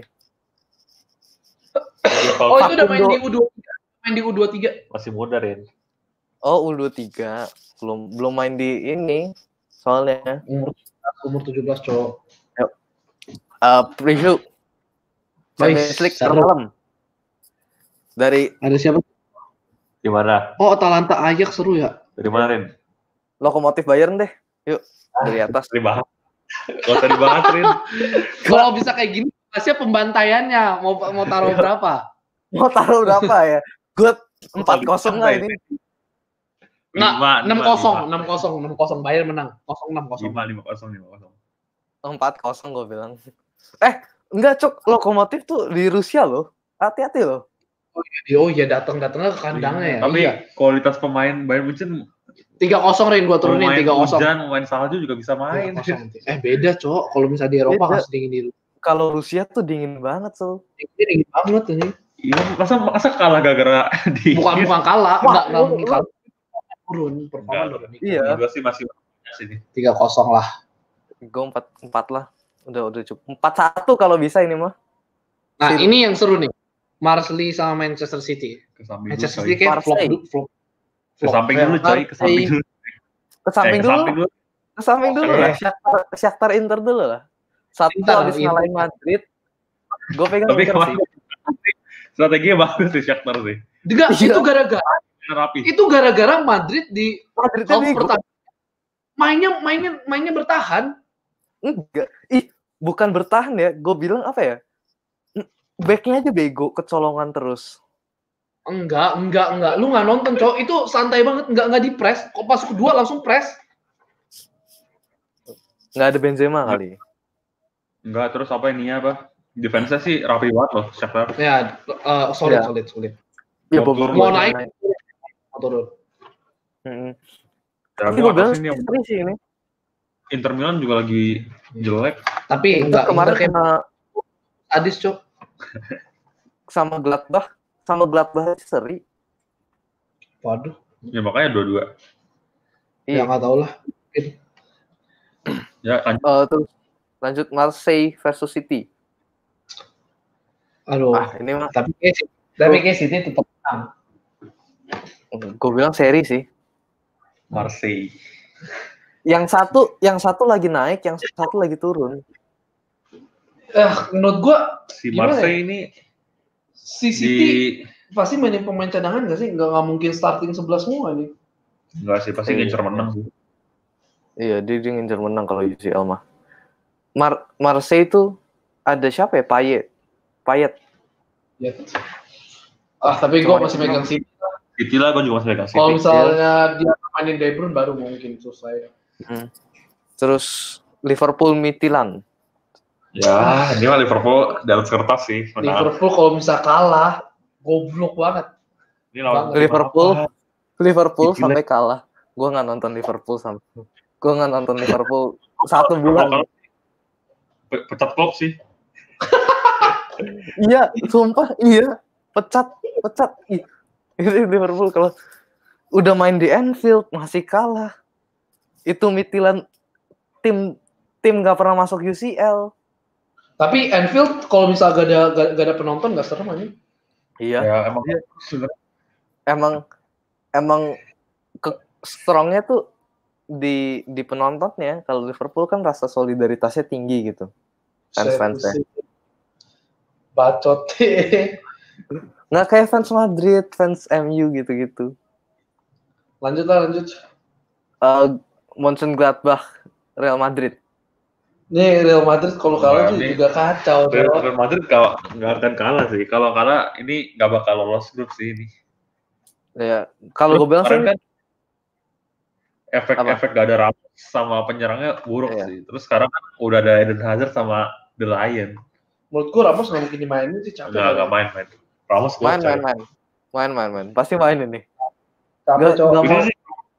Oh itu udah main Facundo. di U dua puluh tiga, main di U dua puluh tiga. Masih muda Rin. Oh, U dua puluh tiga. Belum belum main di ini soalnya. Umur umur tujuh belas cowok. Uh, preview Guys, Champions League seru. malam. Dari Ada siapa? Gimana? Oh Atalanta Ajax seru ya. Dari mana Rin? Lokomotif Bayern deh. Yuk, dari atas. Dibahas. Gak usah dibahas Rin. Kalau bisa kayak gini, masih pembantaiannya mau mau taruh berapa? Mau taruh berapa ya? Gue empat kosong lah ini. Nggak, Lima, enam lima, kosong, lima. enam kosong, enam kosong Bayern menang. Kosong enam kosong. Lima, lima kosong, lima kosong. Empat kosong gue bilang. Eh, enggak Cok. Lokomotif tuh di Rusia loh. Hati-hati loh. Oh iya datang datangnya ke kandangnya ya. Tapi Iya. kualitas pemain Bayern Munchen Tiga kosong Rin gua turunin pemain tiga kosong. hujan, pemain salju juga bisa main. Eh beda cok. Kalau misalnya di Eropa Beda. harus dingin di Kalau Rusia tuh dingin banget so. Ini dingin banget ini. Iya, masa masa kalah gara-gara di Bukan bukan kalah, Wah, enggak enggak lu- mungkin lu- kalah. Turun performa Enggak, turun. Iya. Gue sih masih sini. Tiga kosong lah. Gue empat empat lah. Udah udah cukup. Empat satu kalau bisa ini mah. Nah Sini. ini yang seru nih. Marseille sama Manchester City. Ke samping dulu, Manchester coy. City kayak flop Marseille. dulu, flop. Ke flop. samping Ya, dulu, coy. Ke samping dulu. Ke samping Eh, ke dulu. samping dulu. Ke samping dulu Oke. lah. Shakhtar, Shakhtar Inter dulu lah. Satu Inter, habis Inter. ngalahin Madrid. Gue pegang Tapi Inter kemarin sih. strateginya bagus sih Shakhtar sih. Enggak, Iya. itu gara-gara Rapi. itu gara-gara Madrid di Madrid half tadi pertama mainnya mainnya mainnya bertahan. enggak. Ih, bukan bertahan ya. Gue bilang apa ya? Backnya aja bego, kecolongan terus. Enggak, enggak, enggak. Lu nggak nonton, cowok. Itu santai banget, enggak enggak di press. Kok pas kedua langsung press. Nggak ada Benzema kali. Enggak, terus apa ininya apa? Defense-nya sih rapi banget loh Shakhtar. Ya, uh, solid, Ya. solid, solid. Ya, Mau Bogor turun. Mau Bogor naik, mau turun. Mm-mm. Ya, Tapi gua gue bilang apa sih ini yang seri sih ini. Inter Milan juga lagi jelek. Tapi Inter enggak, kemarin Inter kayak kena sadis, cok. sama Gladbach, sama Gladbach aja seri. Waduh, Ya makanya dua-dua. ya Iya. nggak tahu lah. Ya lanjut. Eh, terus lanjut Marseille versus City. Aduh, Ah, ini mah tapi kayak City- tapi kayak City tetap menang. gue bilang seri sih. Marseille. Yang satu, yang satu lagi naik, yang satu lagi turun. Eh, menurut gua Si Gimana Marseille ini si di City pasti mainin pemain cadangan nggak sih? Nggak nggak mungkin starting sebelas semua nih. enggak sih pasti Iya. ngincer menang sih. Iya, dia, dia ngincer menang kalau U C L mah. Mar Marseille itu ada siapa ya? Payet. Payet. Ya. Ah, tapi gua Cuma masih dia megang City. City lah gue juga masih pegang Kalau City. misalnya dia mainin De Bruyne baru mungkin selesai. Hmm. Terus Liverpool Midtjylland. Ya, ini mah Liverpool di atas kertas sih. Menang. Liverpool kalau bisa kalah, goblok banget. Ini lawan Liverpool, apa? Liverpool Gila. sampai kalah. Gue nggak nonton Liverpool sampai. Gue nggak nonton Liverpool satu bulan. Kalau pe- pecat klub sih. Iya, sumpah, iya, pecat, pecat. Ih, ini Liverpool kalau udah main di Anfield masih kalah. Itu Midtjylland tim tim nggak pernah masuk U C L. Tapi Anfield kalau misal gak ada gak, gak ada penonton gak serem aja. Iya. Ya emang Iya. sebenarnya Emang emang ke strongnya tuh di di penontonnya. Kalau Liverpool kan rasa solidaritasnya tinggi gitu. Fans-fansnya. Bacot. Nggak kayak fans Madrid, fans M U gitu-gitu. Lanjut lah, lanjut. Uh, Mönchengladbach, Real Madrid. Nih Real Madrid kalau kalah Nah, tuh ini- juga kacau. Real Bro. Real Madrid kalau nggak akan kalah sih. Kalau kalah ini nggak bakal lolos grup sih ini. Ya, kalau gue bilang sih Kemarin kan efek-efek gak ada Ramos sama penyerangnya buruk Iya. sih. Terus sekarang kan udah ada Eden Hazard sama The Lion. Menurut gue Ramos nggak mungkin dimainin sih, capek. Nggak nggak main main. Ramos main gocek. main main main main main pasti main ini. Capek Nggak- cowok. nggak Ini mau- sih.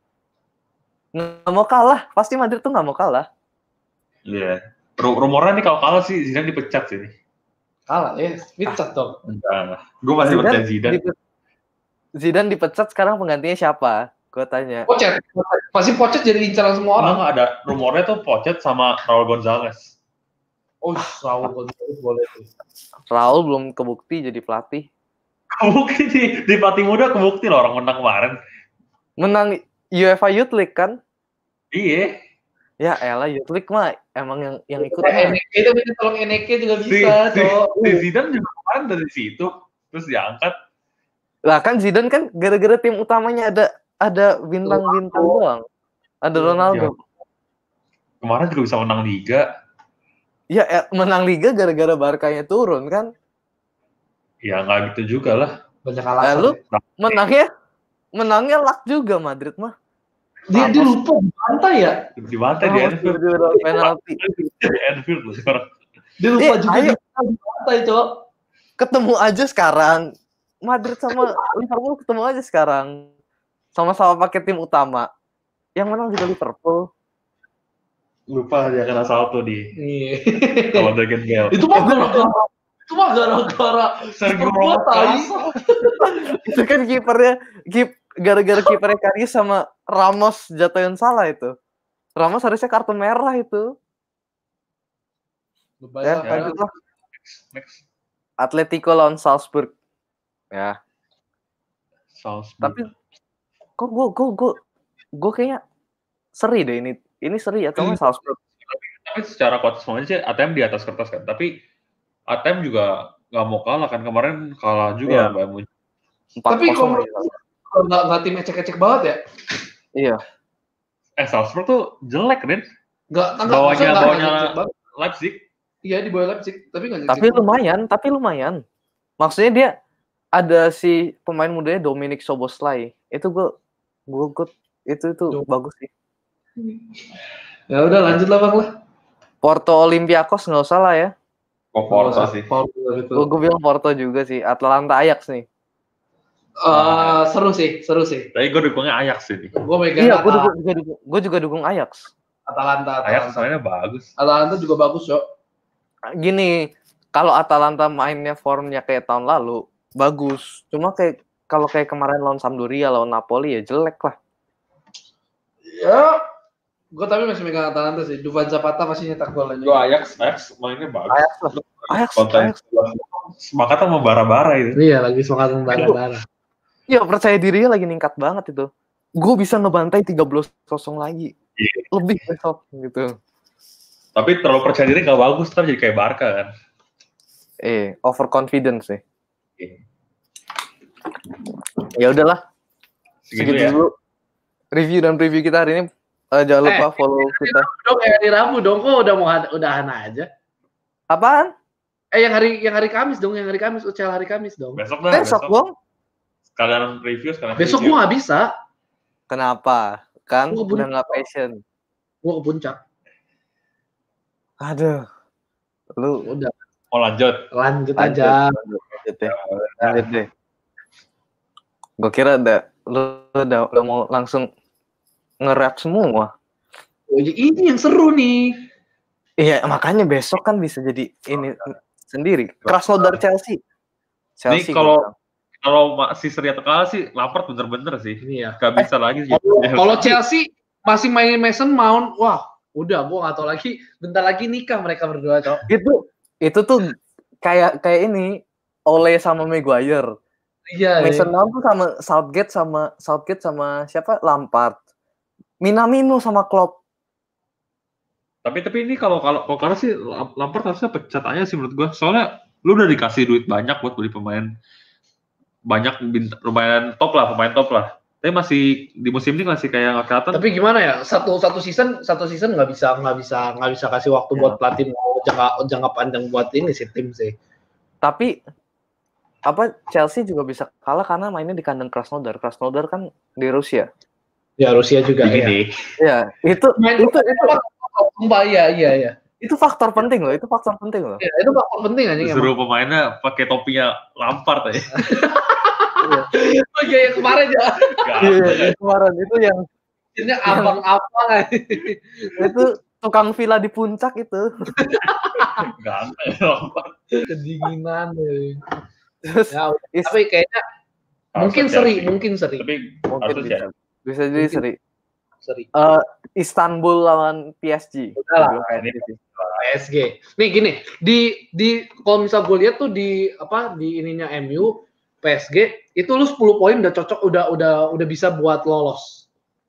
Nggak mau kalah, pasti Madrid tuh nggak mau kalah. Iya. Ru- Rumornya nih kalau kalah sih Zidane dipecat sih. Kalah ya, pecat dong. Enggak. Gue masih percaya Zidane. dipe- Zidane dipecat, sekarang penggantinya siapa? Gue tanya. Pocet, pasti Pocet jadi incaran semua Orang orang. nggak ada rumornya tuh Pochet sama Raul Gonzalez. Oh, Raul Gonzalez boleh tuh. Raul belum kebukti jadi pelatih. Kebukti di, di pelatih muda kebukti loh orang menang kemarin. Menang UEFA Youth League kan? Iya. Ya elah, Youth League mah emang yang yang ikut Nah, mah. Eneke itu bisa tolong Eneke juga Si, bisa, si, cowok. si Zidane juga kemarin dari situ terus diangkat. Lah kan Zidane kan gara-gara tim utamanya ada ada bintang-bintang doang. Ada Ronaldo. Kemarin juga bisa menang liga. Ya eh, menang liga gara-gara Barkanya turun kan? Ya nggak gitu juga lah. Banyak Eh, alasan. lu ya. menangnya menangnya luck juga Madrid mah. Dia dia lupa bantai ya. Di bantai di Ramos Anfield. tiba-tiba penalti. Di Anfield loh sekarang. Dia lupa Eh, juga ayo. di bantai, cowok. Ketemu aja sekarang. Madrid sama Liverpool ketemu aja sekarang. Sama-sama pakai tim utama. Yang menang juga Liverpool. Lupa dia kena salto di Iya. kalau Dragon Bell. Itu mah gara-gara itu mah gara-gara Sergio Liverpool, Ramos tai. Itu kan kipernya kip gara-gara kipernya Karius sama Ramos jatuhin salah itu. Ramos harusnya kartu merah itu. Ya, Banyak Ya. lanjut lah. Next, next. Atletico lawan Salzburg. Ya, Salzburg. tapi kok gue gue gue gue kayaknya seri deh ini. Ini seri atau nggak Salzburg? Tapi secara kuat semuanya sih A T M di atas kertas kan. Tapi A T M juga nggak mau kalah kan kemarin kalah juga Iya. kan Bayern Munchen. Tapi empat kosong kalau aja. kalau nggak nggak tim ecek-ecek banget ya. Iya. Eh Salzburg tuh jelek kan? Nggak nggak Bawahnya- maksudnya nggak bawahnya- ecek-ecek banget. Leipzig. Iya di bawah Leipzig, tapi nggak Tapi lumayan, tapi lumayan. Maksudnya dia ada si pemain mudanya Dominic Soboslai. Itu gue gue gue itu itu Duh. bagus sih. Ya udah lanjut lah bang lah. Porto Olympiakos nggak usah lah ya. Kok Porto sih. Porto gitu. Gue gue bilang Porto juga sih. Atalanta Ajax nih. Eh, seru sih, seru sih. Tapi gue dukungnya Ajax ini. Gue megang Iya, gue Atalanta, juga, juga, gue juga dukung Ajax. Atalanta, Ajax Atalanta. mainnya bagus. Atalanta juga bagus yo. Gini, kalau Atalanta mainnya formnya kayak tahun lalu, bagus. Cuma kayak kalau kayak kemarin lawan Sampdoria, lawan Napoli ya jelek lah. Ya, gue tapi masih megang Atalanta sih. Dufan Zapata masih nyetak gol aja. Gue Ajax, Ajax mainnya bagus. Ajax lah. Ajax, Konten Ajax. semangat sama bara-bara itu. Iya, lagi semangat membara-bara. Iya, percaya dirinya lagi ningkat banget itu. Gue bisa ngebantai tiga belas kosong lagi. Iya. Lebih besok gitu. Tapi terlalu percaya diri gak bagus, ntar jadi kayak Barca kan. Eh, overconfidence sih. Iya. Ya udahlah, Segitu segitu ya. dulu. Review dan preview kita hari ini. Eh, jangan lupa Eh, follow kita. Dong, eh, hari Rabu dong, kok udah mau had- udahan aja. Apaan? Eh, yang hari yang hari Kamis dong, yang hari Kamis, U C L hari Kamis dong. Besok dah, Besok, Bang. Sekalian review, sekalian Besok review. gua nggak bisa. Kenapa? Kan Gua udah buru- nggak passion. Gue ke puncak. Aduh. Lu Udah. Mau lanjut? Lanjut, lanjut, aja. lanjut, lanjut deh. Lanjut deh. Gue kira udah lu udah, udah mau langsung nge-rap semua. Oh, ini yang seru nih. Iya, makanya besok kan bisa jadi ini sendiri. Krasnodar Chelsea. Ini kalau kalau masih seri atau kalah sih, Lampard bener-bener sih. Iya. Gak bisa eh, lagi. Kalau Chelsea masih mainin Mason Mount, wah, udah gue nggak tahu lagi. Bentar lagi nikah mereka berdua, cok. Itu itu tuh kayak kayak ini Ole sama Maguire. Iya. Mason iya. Mount tuh sama Southgate sama Southgate sama siapa? Lampard. Minamino sama Klopp. Tapi tapi ini kalau kalau kalau sih Lampard harusnya pecat aja sih menurut gue. Soalnya lu udah dikasih duit banyak buat beli pemain banyak lumayan top lah, pemain top lah. Tapi masih di musim ini masih kayak nggak kelihatan. Tapi gimana ya? Satu satu season satu season nggak bisa nggak bisa nggak bisa kasih waktu ya. Buat pelatih mau jangka jangka panjang buat ini sih tim sih. Tapi apa Chelsea juga bisa kalah karena mainnya di kandang Krasnodar. Krasnodar kan di Rusia. Ya Rusia juga ya. Ya itu Main itu itu. Sumpah iya iya iya. Itu faktor penting loh, itu faktor penting loh. Ya, itu faktor penting aja. Suruh pemainnya pakai topinya Lampard aja. Oh iya yang kemarin ya. Iya, kemarin itu yang ini abang-abang aja. Itu tukang villa di puncak itu. Ganteng Lampard. Kedinginan deh. Terus, ya, is, tapi kayaknya mungkin seri, seri, mungkin seri. Tapi mungkin bisa. Bisa jadi mungkin. seri. Seri. Uh, Istanbul lawan P S G. Udah lah, ini P S G. Nih gini, di di kalau misal gue lihat tuh di apa di ininya M U P S G itu lu sepuluh poin udah cocok, udah udah udah bisa buat lolos.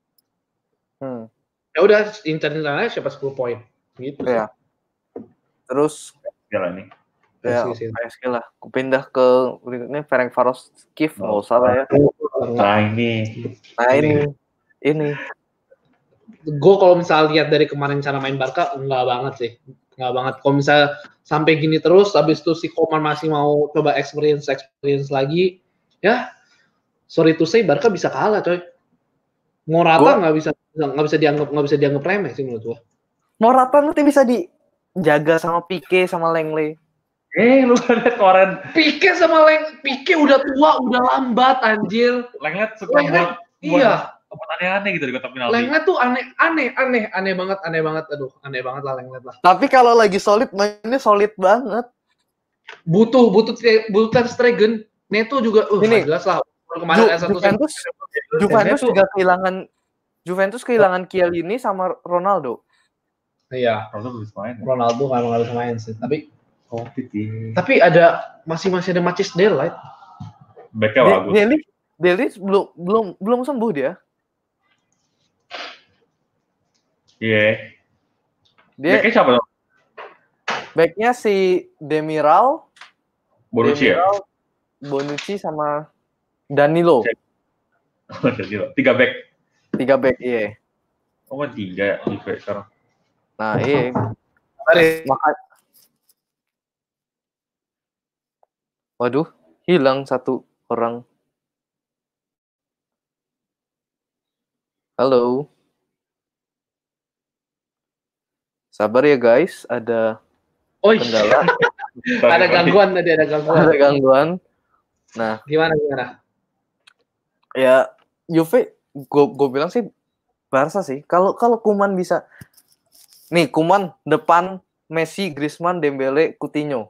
Hmm. Ya udah incer-incer siapa sepuluh poin gitu. Ya. Terus jalan nih. Ya, P S G lah. Aku pindah ke berikutnya Ferencvaros Kiev, nggak usah lah ya. Nah ini. Nah ini. Ini. Gue kalau misal lihat dari kemarin cara main Barca, enggak banget sih. Enggak banget. Kalau misal sampai gini terus, habis itu si Koman masih mau coba experience-experience lagi, ya sorry to say, Barca bisa kalah coy. Morata nggak bisa nggak bisa dianggap nggak bisa dianggap remeh sih menurut gue. Morata nanti bisa dijaga sama Pique sama Lenglet. Eh, lu lihat kemarin Pique sama Leng, Pique udah tua, udah lambat anjir. Lenglet suka buat iya. Buat aneh-aneh gitu di kotak penalti. Lenglet tuh aneh, aneh, aneh, aneh banget, aneh banget, aduh, aneh banget lah Lenglet lah. Tapi kalau lagi solid, mainnya solid banget. Butuh, butuh, butuh Ter Stegen, Neto juga, uh, ini jelas lah. Kemarin Ju, Juventus, Juventus juga kehilangan, Juventus kehilangan Chiellini sama Ronaldo. Iya. Ronaldo bisa main. Ronaldo kan nggak bisa main sih, tapi Covid ya. Tapi ada masih masih ada Matthijs de Ligt. Backnya bagus. Deli, Deli belum belum belum sembuh dia. Iya. Yeah. Dia. Backnya siapa dong? Backnya si Demiral, Bonucci Demiral, ya? Bonucci sama Danilo. Danilo. Tiga back. Tiga back, iya. Oh, tiga ya di back sekarang. Nah, iya. Maka waduh, hilang satu orang. Halo. Sabar ya guys, ada oh, kendala. ada gangguan tadi, ada gangguan. Ada gangguan. Nah, gimana gimana? Ya, Juve, gue gue bilang sih Barca sih. Kalau kalau Koeman bisa, nih Koeman depan Messi, Griezmann, Dembele, Coutinho.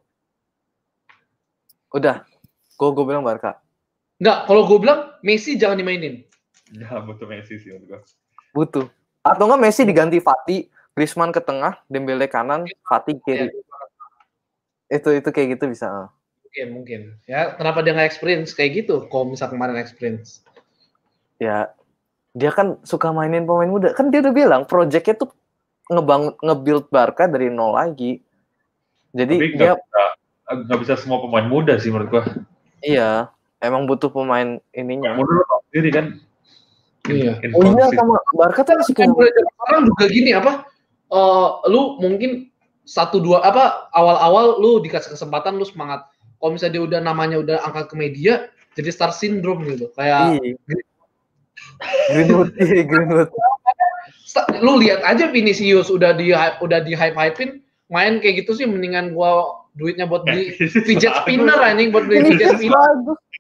Udah, gue gue bilang Barca. Enggak, kalau gue bilang Messi jangan dimainin. Ya butuh Messi sih menurut gue. Butuh. Atau enggak Messi diganti Fati, Griezmann ke tengah, Dembele kanan, Fati kiri. Ya. Itu itu kayak gitu bisa. Mungkin mungkin. Ya, kenapa dia nggak experience kayak gitu? Kalau misal kemarin experience. Ya, dia kan suka mainin pemain muda. Kan dia udah bilang projectnya tuh ngebangun nge-build Barca dari nol lagi. Jadi tapi dia nggak bisa semua pemain muda sih menurut gua. Iya, emang butuh pemain ininya. Pemain muda lo sendiri kan. Iya. Oh iya, sama Barca tuh masih kayak orang juga gini apa? Uh, lu mungkin satu dua apa awal-awal lu dikasih kesempatan lu semangat. Kalau misalnya dia udah namanya udah angkat ke media, jadi star syndrome gitu. Kayak Greenwood, Greenwood. Lu lihat aja Vinicius udah di udah di hype-hypein main kayak gitu sih mendingan gua duitnya buat beli fidget spinner anjing buat beli fidget spinner.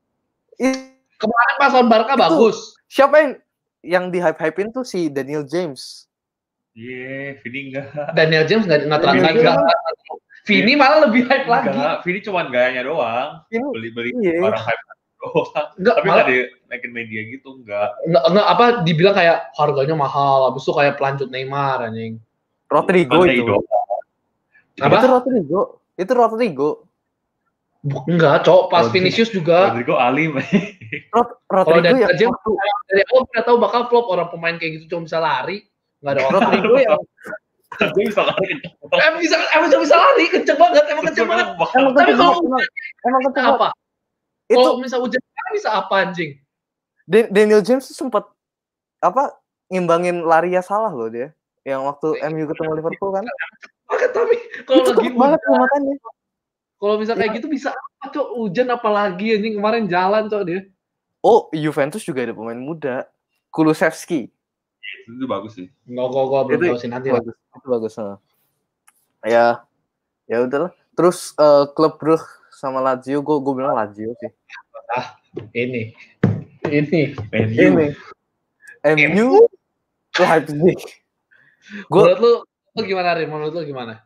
Kemarin pas lawan Barca bagus. Siapa yang yang di hype-hypein tuh si Daniel James. Iya, yeah, Vini enggak. Daniel James enggak enggak terlalu enggak. Vini malah lebih hype lagi. Enggak, Vini cuma gayanya doang. Beli-beli iya. barang hype doang. Enggak, tapi enggak di naikin media gitu, enggak. Enggak, enggak apa dibilang kayak harganya mahal, habis itu kayak pelancut Neymar anjing. Rodrigo itu. Apa? Itu Rodrigo. Itu Rodrigo. Enggak, cowok pas Vinicius juga. Rodrigo alim. Rod, Rodrigo yang James, dari awal udah tahu bakal flop orang pemain kayak gitu cuma bisa lari. Enggak ada orang. Rodrigo yang dia bisa lari kenceng. Emang bisa emang bisa lari kenceng banget, emang kenceng banget. Emang Tapi kalau emang kenceng apa? Itu kalau misal hujan bisa apa anjing? Daniel James tuh sempat apa ngimbangin Laria salah loh dia. Yang waktu M U ketemu Liverpool kan. Tapi kalau lagi banget makanya. Kalau bisa kayak gitu bisa apa, Cok? Hujan apalagi anjing kemarin jalan, Cok dia. Oh, Juventus juga ada pemain muda. Kulusevski. Itu bagus sih. Enggak kok gua belum tahu sih nanti lah. Bagus. Itu bagus. Nah. Ya. Ya udahlah. Terus uh, klub Brugge sama Lazio, gua gua bilang Lazio sih. Ah, ini. Ini. Ini. M U Leipzig. Gua menurut lu, lu gimana, Rim? Menurut lu gimana?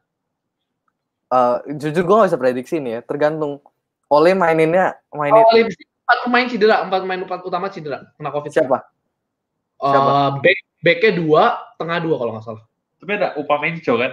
Uh, jujur gue gak bisa prediksi nih ya, tergantung Ole maininnya mainin. Oh, Leipzig empat pemain cedera, empat pemain utama cedera, kena Covid. Siapa? Uh, Siapa? Back, backnya dua, tengah dua kalau nggak salah. Tapi ada Upamecano kan?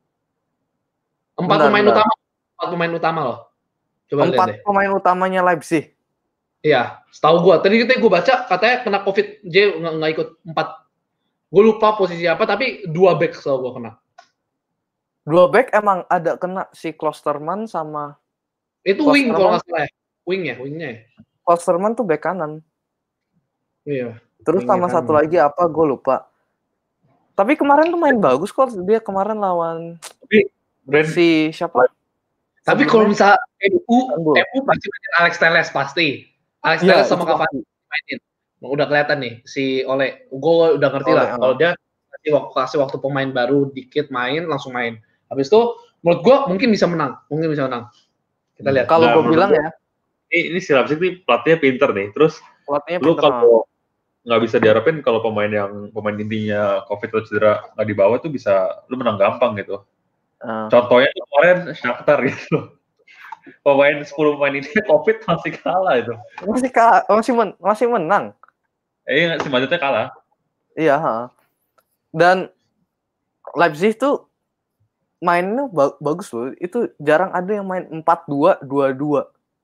Empat bentar, pemain bentar. utama, empat pemain utama loh. Coba empat lihat deh. Pemain utamanya Leipzig. Iya, setahu gue. Tadi kita gue baca katanya kena Covid, J nggak nggak ikut empat. Gue lupa posisi apa, tapi dua back setahu gue kena. Dua back emang ada kena si Klosterman sama itu wing kalau nggak salah ya, wing ya, wingnya ya. Klosterman tuh back kanan. Iya. Terus sama kanan. Satu lagi apa gue lupa. Tapi kemarin tuh main bagus kok dia kemarin lawan tapi si siapa? Tapi kalau misal M U, M U pasti mainin Alex Telles pasti. Alex ya, Telles sama Cavani mainin. Udah kelihatan nih si Ole. Gue udah ngerti Ole, lah kalau dia kasih waktu, kasih waktu pemain baru dikit main langsung main. Habis itu menurut gue mungkin bisa menang, mungkin bisa menang. Kita lihat. Kalau nah, gue bilang ya, ini, ini si Leipzig nih pelatihnya pinter nih. Terus pelatihnya lu kalau nggak bisa diharapin kalau pemain yang pemain intinya Covid atau cedera nggak dibawa tuh bisa lu menang gampang gitu. Uh. Contohnya kemarin Shakhtar gitu. Pemain sepuluh pemain ini Covid masih kalah itu. Masih kalah, masih men, masih menang. Eh, si Madridnya kalah. Iya. Ha. Dan Leipzig tuh mainnya ba- bagus loh. Itu jarang ada yang main empat dua dua dua.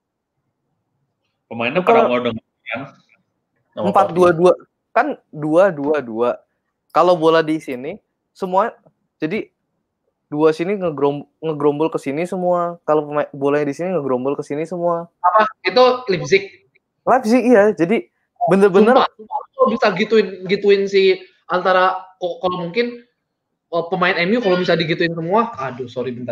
Pemainnya pada mau dengan kan? empat dua dua kan dua dua dua. Kalau bola di sini semua jadi dua sini ngegrom, ngegrombol ke sini semua. Kalau pemain bolanya di sini ngegrombol ke sini semua. Apa? Itu Leipzig. Leipzig iya. Jadi bener-bener kalau bisa gituin gituin si antara kalau mungkin oh, pemain M U kalau bisa digituin semua, aduh sorry bentar.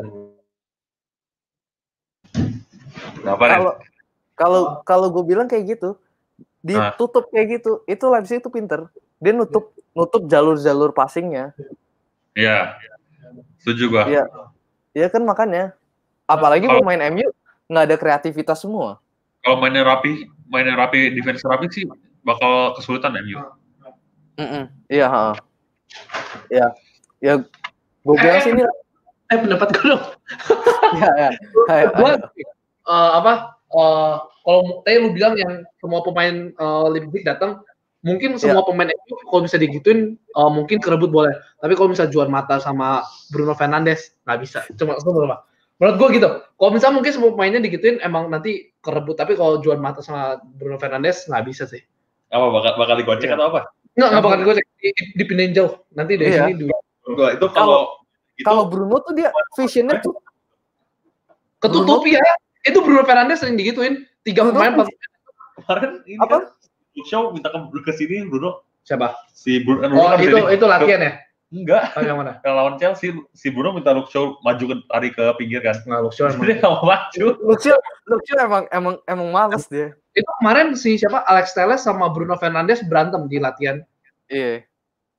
Kalau kalau kalau gue bilang kayak gitu, ditutup kayak gitu, itu Leipzig itu pinter. Dia nutup nutup jalur-jalur passingnya. Iya, setuju gua. Iya, iya kan makanya. Apalagi kalo, pemain M U nggak ada kreativitas semua. Kalau mainnya rapi, mainnya rapi, defense rapi sih bakal kesulitan M U. Mm-mm. Iya, ha. Iya. Ya, gue bilang eh, sini. Eh, pendapat gue dong. Iya, ya. Gue, uh, apa? Uh, kalau tadi lu bilang yang semua pemain uh, Leipzig datang, mungkin semua ya. Pemain itu kalau bisa digituin, uh, mungkin kerebut boleh. Tapi kalau bisa Juan Mata sama Bruno Fernandes, nggak bisa. Cuma semua. Menurut gue gitu. Kalau misalnya mungkin semua pemainnya digituin, emang nanti kerebut. Tapi kalau Juan Mata sama Bruno Fernandes, nggak bisa sih. Apa bakal bakal digocek ya. Atau apa? Nggak, nggak bakal digocek. Dipindahin jauh. Nanti dari iya. sini dulu. Enggak, itu kalau kalau Bruno tuh dia visionnya tuh ketutup Bruno, ya. Itu Bruno Fernandes sering digituin. Tiga pemain empat kemarin ini apa? Kan, show minta ke, ke sini Bruno. Siapa? Si Bruno. Oh, kan itu jadi, itu latihan ya? Enggak. Oh, yang mana? Kalau lawan Chelsea si Bruno minta Luke Shaw maju ke lari ke pinggir kan. Nah, Luke Shaw emang dia enggak mau maju. Luke Shaw, Luke Shaw emang emang emang malas dia. Itu kemarin si siapa Alex Telles sama Bruno Fernandes berantem di latihan. Iya.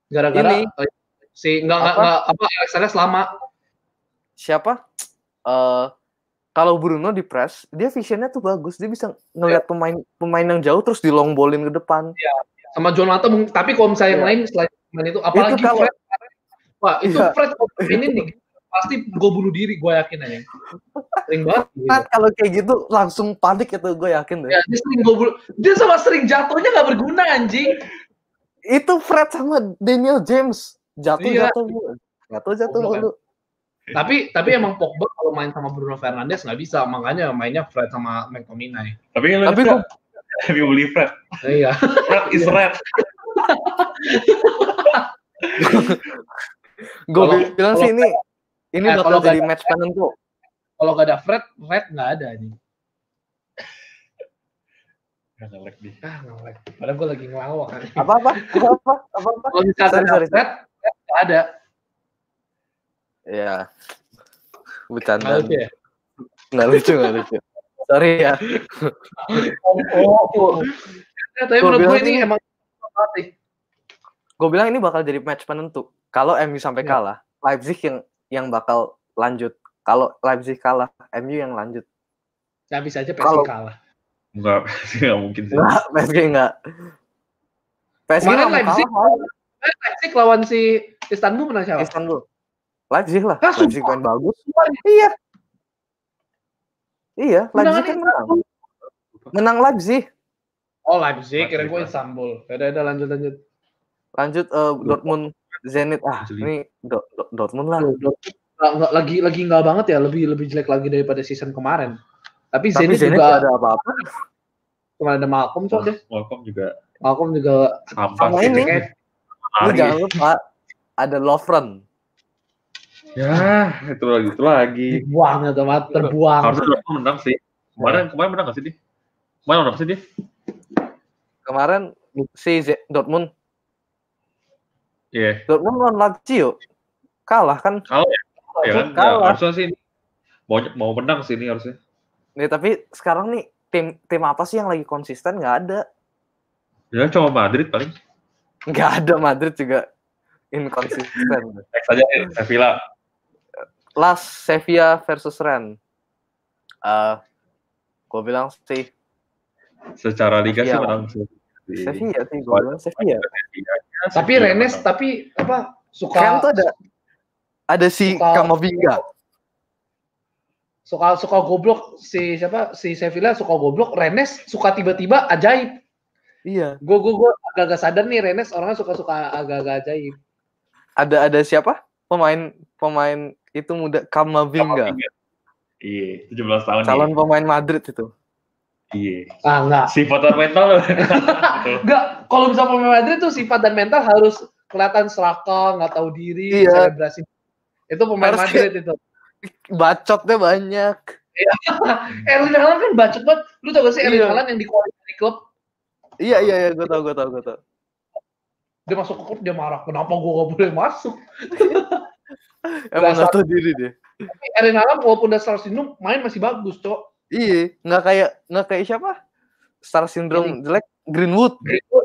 Gara-gara Ini. uh, si enggak enggak Apa? enggak apa Alex Telles lama. Siapa? Eh kalau Bruno di press, dia visionnya tuh bagus. Dia bisa ngelihat pemain pemain yang jauh terus di long ballin ke depan. Iya. Sama Jonathan mung- tapi kalau misalnya yang Iya. lain selain pemain itu apalagi Itu kalau- Fred. Wah, itu Iya. Fred kalau mainin nih pasti gue bunuh diri, gue yakin aja. Sering banget gitu. Kan kalau kayak gitu langsung panik itu, gue yakin deh. Ya, dia sering gue bunuh. Dia sama sering jatuhnya nggak berguna anjing. Itu Fred sama Daniel James jatuh Iya. jatuh bu. jatuh jatuh Goblok, mulu. Tapi tapi emang Pogba kalau main sama Bruno Fernandes nggak bisa, makanya mainnya Fred sama McTominay. Tapi yang Tapi lebih gua- Have you beli Fred? Iya. Fred is red. Gue Kalau- bilang sih ini ini eh, bakal kalau jadi gak- match penentu. Kalau nggak ada Fred, Fred nggak ada nih. Nggak nge-lag dia. Ah, ngelek. Padahal gue lagi ngelawak. Apa apa apa apa apa apa. Kalau misalnya Sorry, ada sorry. Fred, Fred nggak ada. Ya. Bercanda. Nggak lucu ya? Nggak lucu nggak lucu. Sorry ya. Oh, oh, oh. Ya, tapi Gua menurut gue bilang ini ini- emang sih. Gue bilang ini bakal jadi match penentu. Kalau M U sampai Ya. kalah, Leipzig yang yang bakal lanjut. Kalau Leipzig kalah, M U yang lanjut. Nggak bisa aja P S G Kalau- kalah. Enggak, sih nggak mungkin sih. Enggak, P S G enggak. P S G Kemarin nggak mau Leipzig, kalah. eh, Leipzig lawan si Istanbul menang siapa? Istanbul. Leipzig lah. Ah, Leipzig sumpah. main bagus. Sumpah, Iya. Iya, Leipzig Menangan kan menang. Istanbul. Menang Leipzig. Oh Leipzig, kira gue Leipzig. Istanbul. Udah, udah lanjut lanjut. Lanjut eh, Dortmund Zenit. Ah, Jeli. ini Do- Do- Dortmund lah. Tuh, Dortmund nggak, nggak, lagi lagi nggak banget ya, lebih lebih jelek lagi daripada season kemarin. Tapi Tapi Zenit, Zenit juga nggak ada apa-apa. cuma ada Malcolm cok deh. Welcome juga Malcolm juga sampah Sama sih. ini. Kayak Lu Ari. jangan lupa ada Lovren. Ya, itu lagi itu lagi. terbuang ya teman, terbuang. Harusnya Dortmund menang sih. Kemarin kemarin menang nggak sih dia? Kemarin menang sih dia? Kemarin si Z- Dortmund Iya. Dortmund lawan Lazio kalah kan. Kalau ya, ya kan? Ya, Kalah. harusnya sih ini. mau mau menang sih ini harusnya. Nih, tapi sekarang nih tim tim apa sih yang lagi konsisten? Nggak ada. Ya cuma Madrid paling. Nggak ada, Madrid juga inkonsisten. Next aja nih, Sevilla. Last Sevilla versus Rennes. Eh, gue bilang sih Secara liga sih Sevilla. menang sih. Sevilla sih, gue bilang Sevilla. Tapi Rennes tapi apa suka Kan tuh ada ada si Suka- Kamavinga. suka suka goblok si siapa si Sevilla suka goblok, Rennes suka tiba-tiba ajaib. Iya. Gue gue gue agak-agak sadar nih Rennes orangnya suka-suka agak-agak ajaib. Ada ada siapa? Pemain pemain itu muda Kamavinga. Iya, tujuh belas tahun Calon nih. pemain Madrid itu. Iya. Ah enggak. Sifat mental loh. Enggak, kalau bisa pemain Madrid tuh sifat dan mental harus kelihatan serakah, nggak tahu diri, Iya. selebrasi. Itu pemain Harus Madrid itu. Bacotnya banyak. Erling Haaland kan bacot banget. Lu tau gak sih Erling Iya. Haaland yang dikeluarin dari klub? Iya iya iya, gue tau gue tau gue tau. Dia masuk ke klub dia marah. Kenapa gua gak boleh masuk? Emang Dasar. nggak tahu diri dia. Tapi Erling Haaland walaupun udah star syndrome main masih bagus, Cok. Iya, nggak kayak nggak kayak siapa? Star syndrome jelek Greenwood.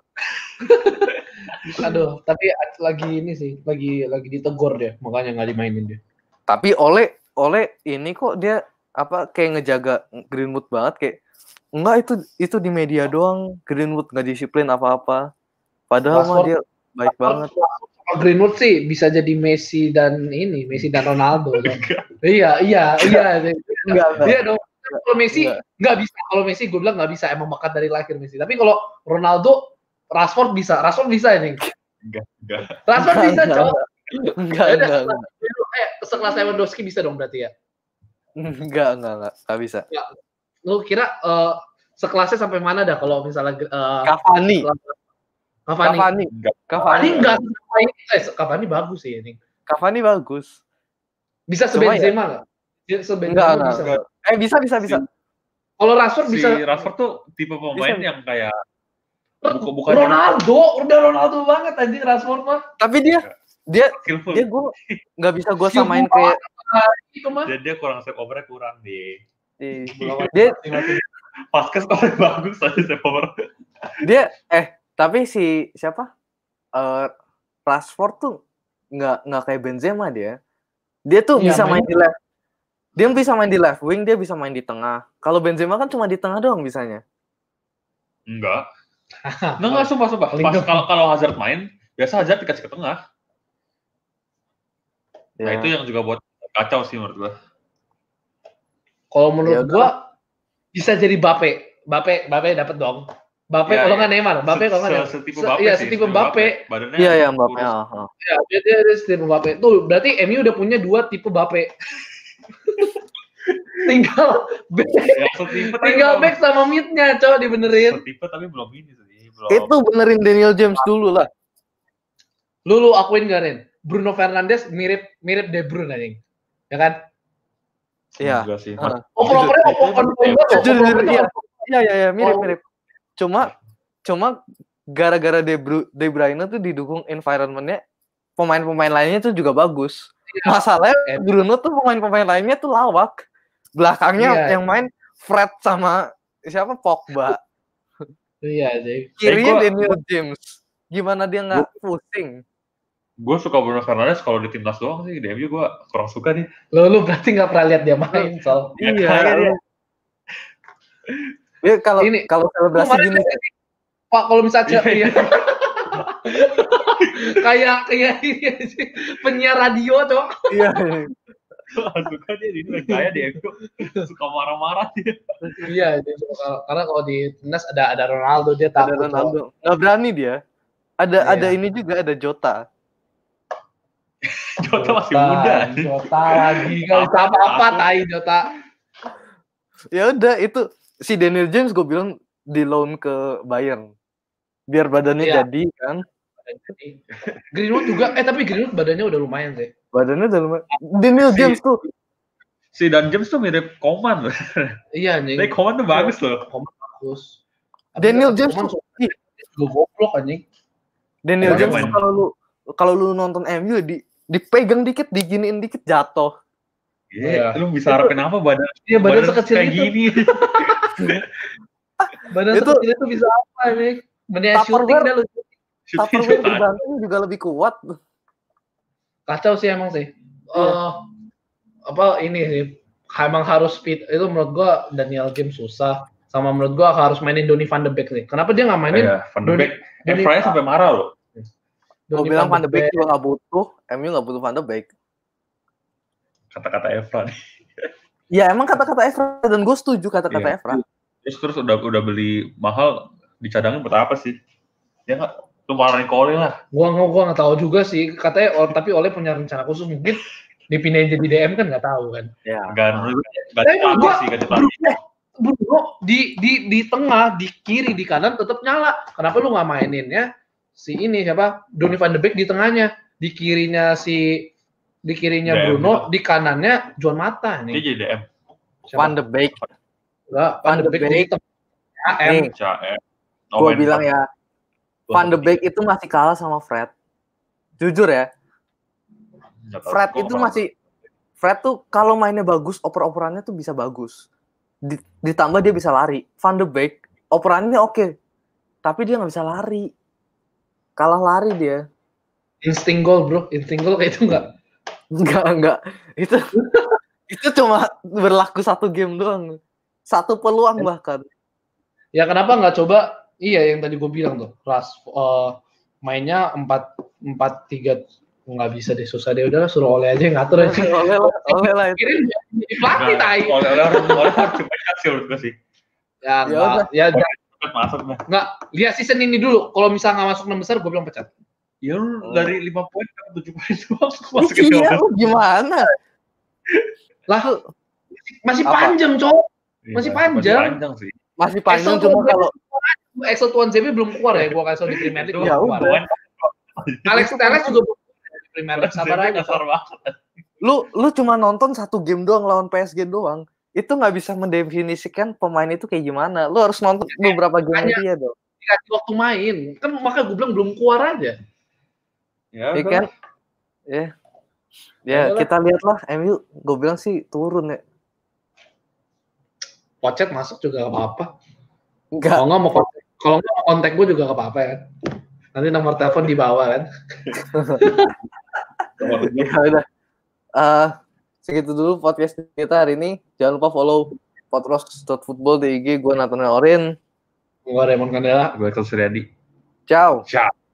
Aduh, tapi lagi ini sih, lagi lagi ditegur dia, makanya nggak dimainin dia. Tapi Ole Ole ini kok dia apa kayak ngejaga Greenwood banget kayak enggak itu itu di media doang, Greenwood nggak disiplin apa-apa. Padahal mah Rashford- dia baik banget. Kalau Greenwood sih bisa jadi Messi dan ini, Messi dan Ronaldo. Cok. iya, iya, iya. Enggak enggak. Iya dong. Kalau Messi Enggak. nggak bisa. Kalau Messi gue bilang nggak bisa, emang bakat dari lahir Messi. Tapi kalau Ronaldo, Rashford bisa. Rashford bisa ini. Enggak, enggak. Rashford Enggak, bisa, enggak, Cok. Enggak Ya udah, enggak enggak. Eh, sekelas Lewandowski bisa dong berarti ya. Enggak enggak enggak enggak bisa. Lu kira eh, sekelasnya sampai mana dah kalau misalnya eh, Cavani. Cavani? Cavani. Enggak. Cavani Cavani. enggak sampai eh Cavani bagus sih ini. Cavani bagus. Bisa Cuma ya- sebenzema enggak? Dia Enggak sebenzema enggak. bisa. enggak. Eh bisa bisa bisa. Kalau Rashford Si bisa Rashford tuh tipe pemain Bisa. yang kayak R- bukan bukan Ronaldo, udah Ronaldo banget anjing Rashford mah. Tapi dia dia skillful. dia gue nggak bisa gue Skill samain banget. kayak Itu mah. Dia, dia kurang step over kurang deh. dia Paskas orang bagus aja step over. dia eh tapi si siapa eh Rashford tuh nggak nggak kayak Benzema dia. Dia tuh Iya, bisa main- main di left. Dia bisa main di left wing, dia bisa main di tengah. Kalau Benzema kan cuma di tengah doang bisanya. Enggak. Enggak, enggak, sumpah, sumpah. Paling Pas dong. kalau kalau Hazard main, biasa Hazard dikasih ke tengah. Nah, Ya. itu yang juga buat kacau sih menurut gua. Kalau Ya menurut udah. gua bisa jadi Bape. Bape, Bape dapat dong. Bape Iya, kalau iya. nggak Neymar, Bape kalau nggak Se- Neymar. Setipe Se- Mbappe Iya, sih. setipe Mbappe. Badannya Iya ya Mbappe. kurus. ah, ah. Ya, dia dia ada setipe Mbappe. Tuh, berarti M U udah punya dua tipe Bape. tinggal back, Ya, setipe tapi tinggal belum- back sama mid-nya, coba dibenerin. Setipe tapi belum ini sih. Belum. Itu benerin Daniel James dulu lah. Lu lu akuin gak, Ren? Bruno Fernandes mirip mirip De Bruyne anjing. Ya kan? Iya. Enggak sih. Ah. Oper-opernya oper-oper banget. Jujur, jujur, Oper-opernya iya. Iya iya iya mirip Oh. mirip. Cuma cuma gara-gara De Bruyne, De Bruyne tuh didukung environment-nya pemain-pemain lainnya tuh juga bagus. Iya. Masalahnya Eh. Bruno tuh pemain-pemain lainnya tuh lawak. Belakangnya Iya. yang main Fred sama siapa Pogba. Iya, jadi. Kirinya gua- Daniel James. Gimana dia nggak pusing? Gue suka Bruno Fernandes kalau di timnas doang sih. Di M U gue kurang suka nih. Lu lu berarti nggak pernah lihat dia main, Sol. Ya, Iya. kayak dia. Dia kalau Ini- kalau selebrasi Kemarin gini Pak, kalau misalnya Iya. iya. kayak kayak ini aja, penyiar radio tuh. iya. Gua suka dia di ini kayak di M U suka marah-marah dia. Iya, dia suka kalau- karena kalau di timnas ada ada Ronaldo, dia Ada takut. Ronaldo. Nggak berani dia. Ada Iya. ada ini juga ada Jota. Jota masih muda. Jota lagi nggak bisa apa-apa, tai Jota. Ya udah itu si Daniel James gue bilang di loan ke Bayern. Biar badannya Iya. jadi kan. Greenwood juga, eh tapi Greenwood badannya udah lumayan sih. Badannya udah lumayan. Daniel Si- James tuh Si Dan James tuh mirip Coman loh. Iya anjing. Tapi Coman tuh bagus loh. Coman bagus. Daniel James Coman tuh suka- juga goblok anjing. Daniel Coman James main. tuh kalau lu kalau lu nonton M U di dipegang dikit, diginiin dikit jatuh. Iya. Iya. Lu bisa harapin apa badan? Iya, badan sekecil kayak itu. gini. Badan Itu- sekecil itu bisa apa anjing? Mending shooting Tupperware. dah lu. Shooting Tupperware shootan. dibanting juga lebih kuat. Kacau sih emang sih. Iya. Eh, apa ini sih? Emang harus speed itu menurut gua Daniel James susah. Sama menurut gua harus mainin Donny van de Beek sih. Kenapa dia nggak mainin Iya, Van de Beek. Donny- Efranya sampai marah loh. Gue Donny bilang Van de Beek juga nggak butuh, M U nggak butuh Van de Beek. Kata-kata Evra nih. Ya emang kata-kata Evra dan gue setuju kata-kata Iya. Evra. Terus terus udah udah beli mahal dicadangin buat apa sih? Ya nggak, lu marahin Kole lah. Gua nggak gua nggak tahu juga sih. Katanya oh, tapi Oleh punya rencana khusus mungkin dipindahin jadi D M kan nggak tahu kan. Ya. Gak menurut gue gak Tapi menurut dipakai gua sih, gak dipakai. Bruno, Bruno di di di tengah, di kiri, di kanan tetap nyala. Kenapa lu nggak maininnya si ini siapa? Donny van de Beek di tengahnya, di kirinya si di kirinya D M Bruno, gitu. di kanannya Juan Mata Dia nih. jadi D M. Van de Beek. Enggak, Van de Beek di tengah. A M. Nih, C M. gue bilang ya, Van de Beek itu masih kalah sama Fred. Jujur ya, Fred itu masih Fred tuh kalau mainnya bagus, oper-operannya tuh bisa bagus. Di- Ditambah dia bisa lari. Van de Beek operannya oke, tapi dia nggak bisa lari. Kalah lari dia. Insting goal, bro. Insting goal kayak itu enggak. Enggak enggak. Itu itu cuma berlaku satu game doang. Satu peluang bahkan. Ya kenapa nggak coba? Iya yang tadi gue bilang tuh, Ras eh, mainnya empat empat tiga nggak bisa deh, susah deh, udah suruh Oleh aja yang ngatur aja. Oleh lah, oleh lah itu. Kirim jadi pelatih tai. Oleh oleh oleh harus coba sih menurut gue sih. Ya Ya enggak, udah. ya enggak, Cepet masuk dah. enggak. Lihat season ini dulu. Kalau misalnya nggak masuk enam besar, gue bilang pecat. Ya lu Oh. dari lima poin ke tujuh poin doang masukin Iya, dua belas. lu gimana? Lah, masih Apa? panjang, cowok. Iya, Masih panjang. panjang sih. Masih panjang Exo cuma tuh- kalau Exo Tuan Z B belum keluar ya, gue kasih tau di Premier League Ya belum keluar. udah. Alex Telles juga belum keluar di Premier League, sabar aja. Kasar banget. lu lu cuma nonton satu game doang lawan P S G doang. Itu nggak bisa mendefinisikan pemain itu kayak gimana. Lu harus nonton beberapa game Makanya. dia dong. Dikasih waktu main. Kan makanya gue bilang belum keluar aja. Ya, Iya kan? Ya. Ya, Udahlah. kita lihatlah M U, gue bilang sih turun ya. Pocet masuk juga gak apa-apa. Enggak. Kalau nggak mau kontak, kalau nggak mau kontak gue juga gak apa-apa ya. Nanti nomor telepon di bawah kan. Ya udah. Uh, segitu dulu podcast kita hari ini. Jangan lupa follow potros dot football di I G. Gue Nathaniel Orin. Gue Raymond Candela. Gue Ekal Suryadi. Ciao. Ciao.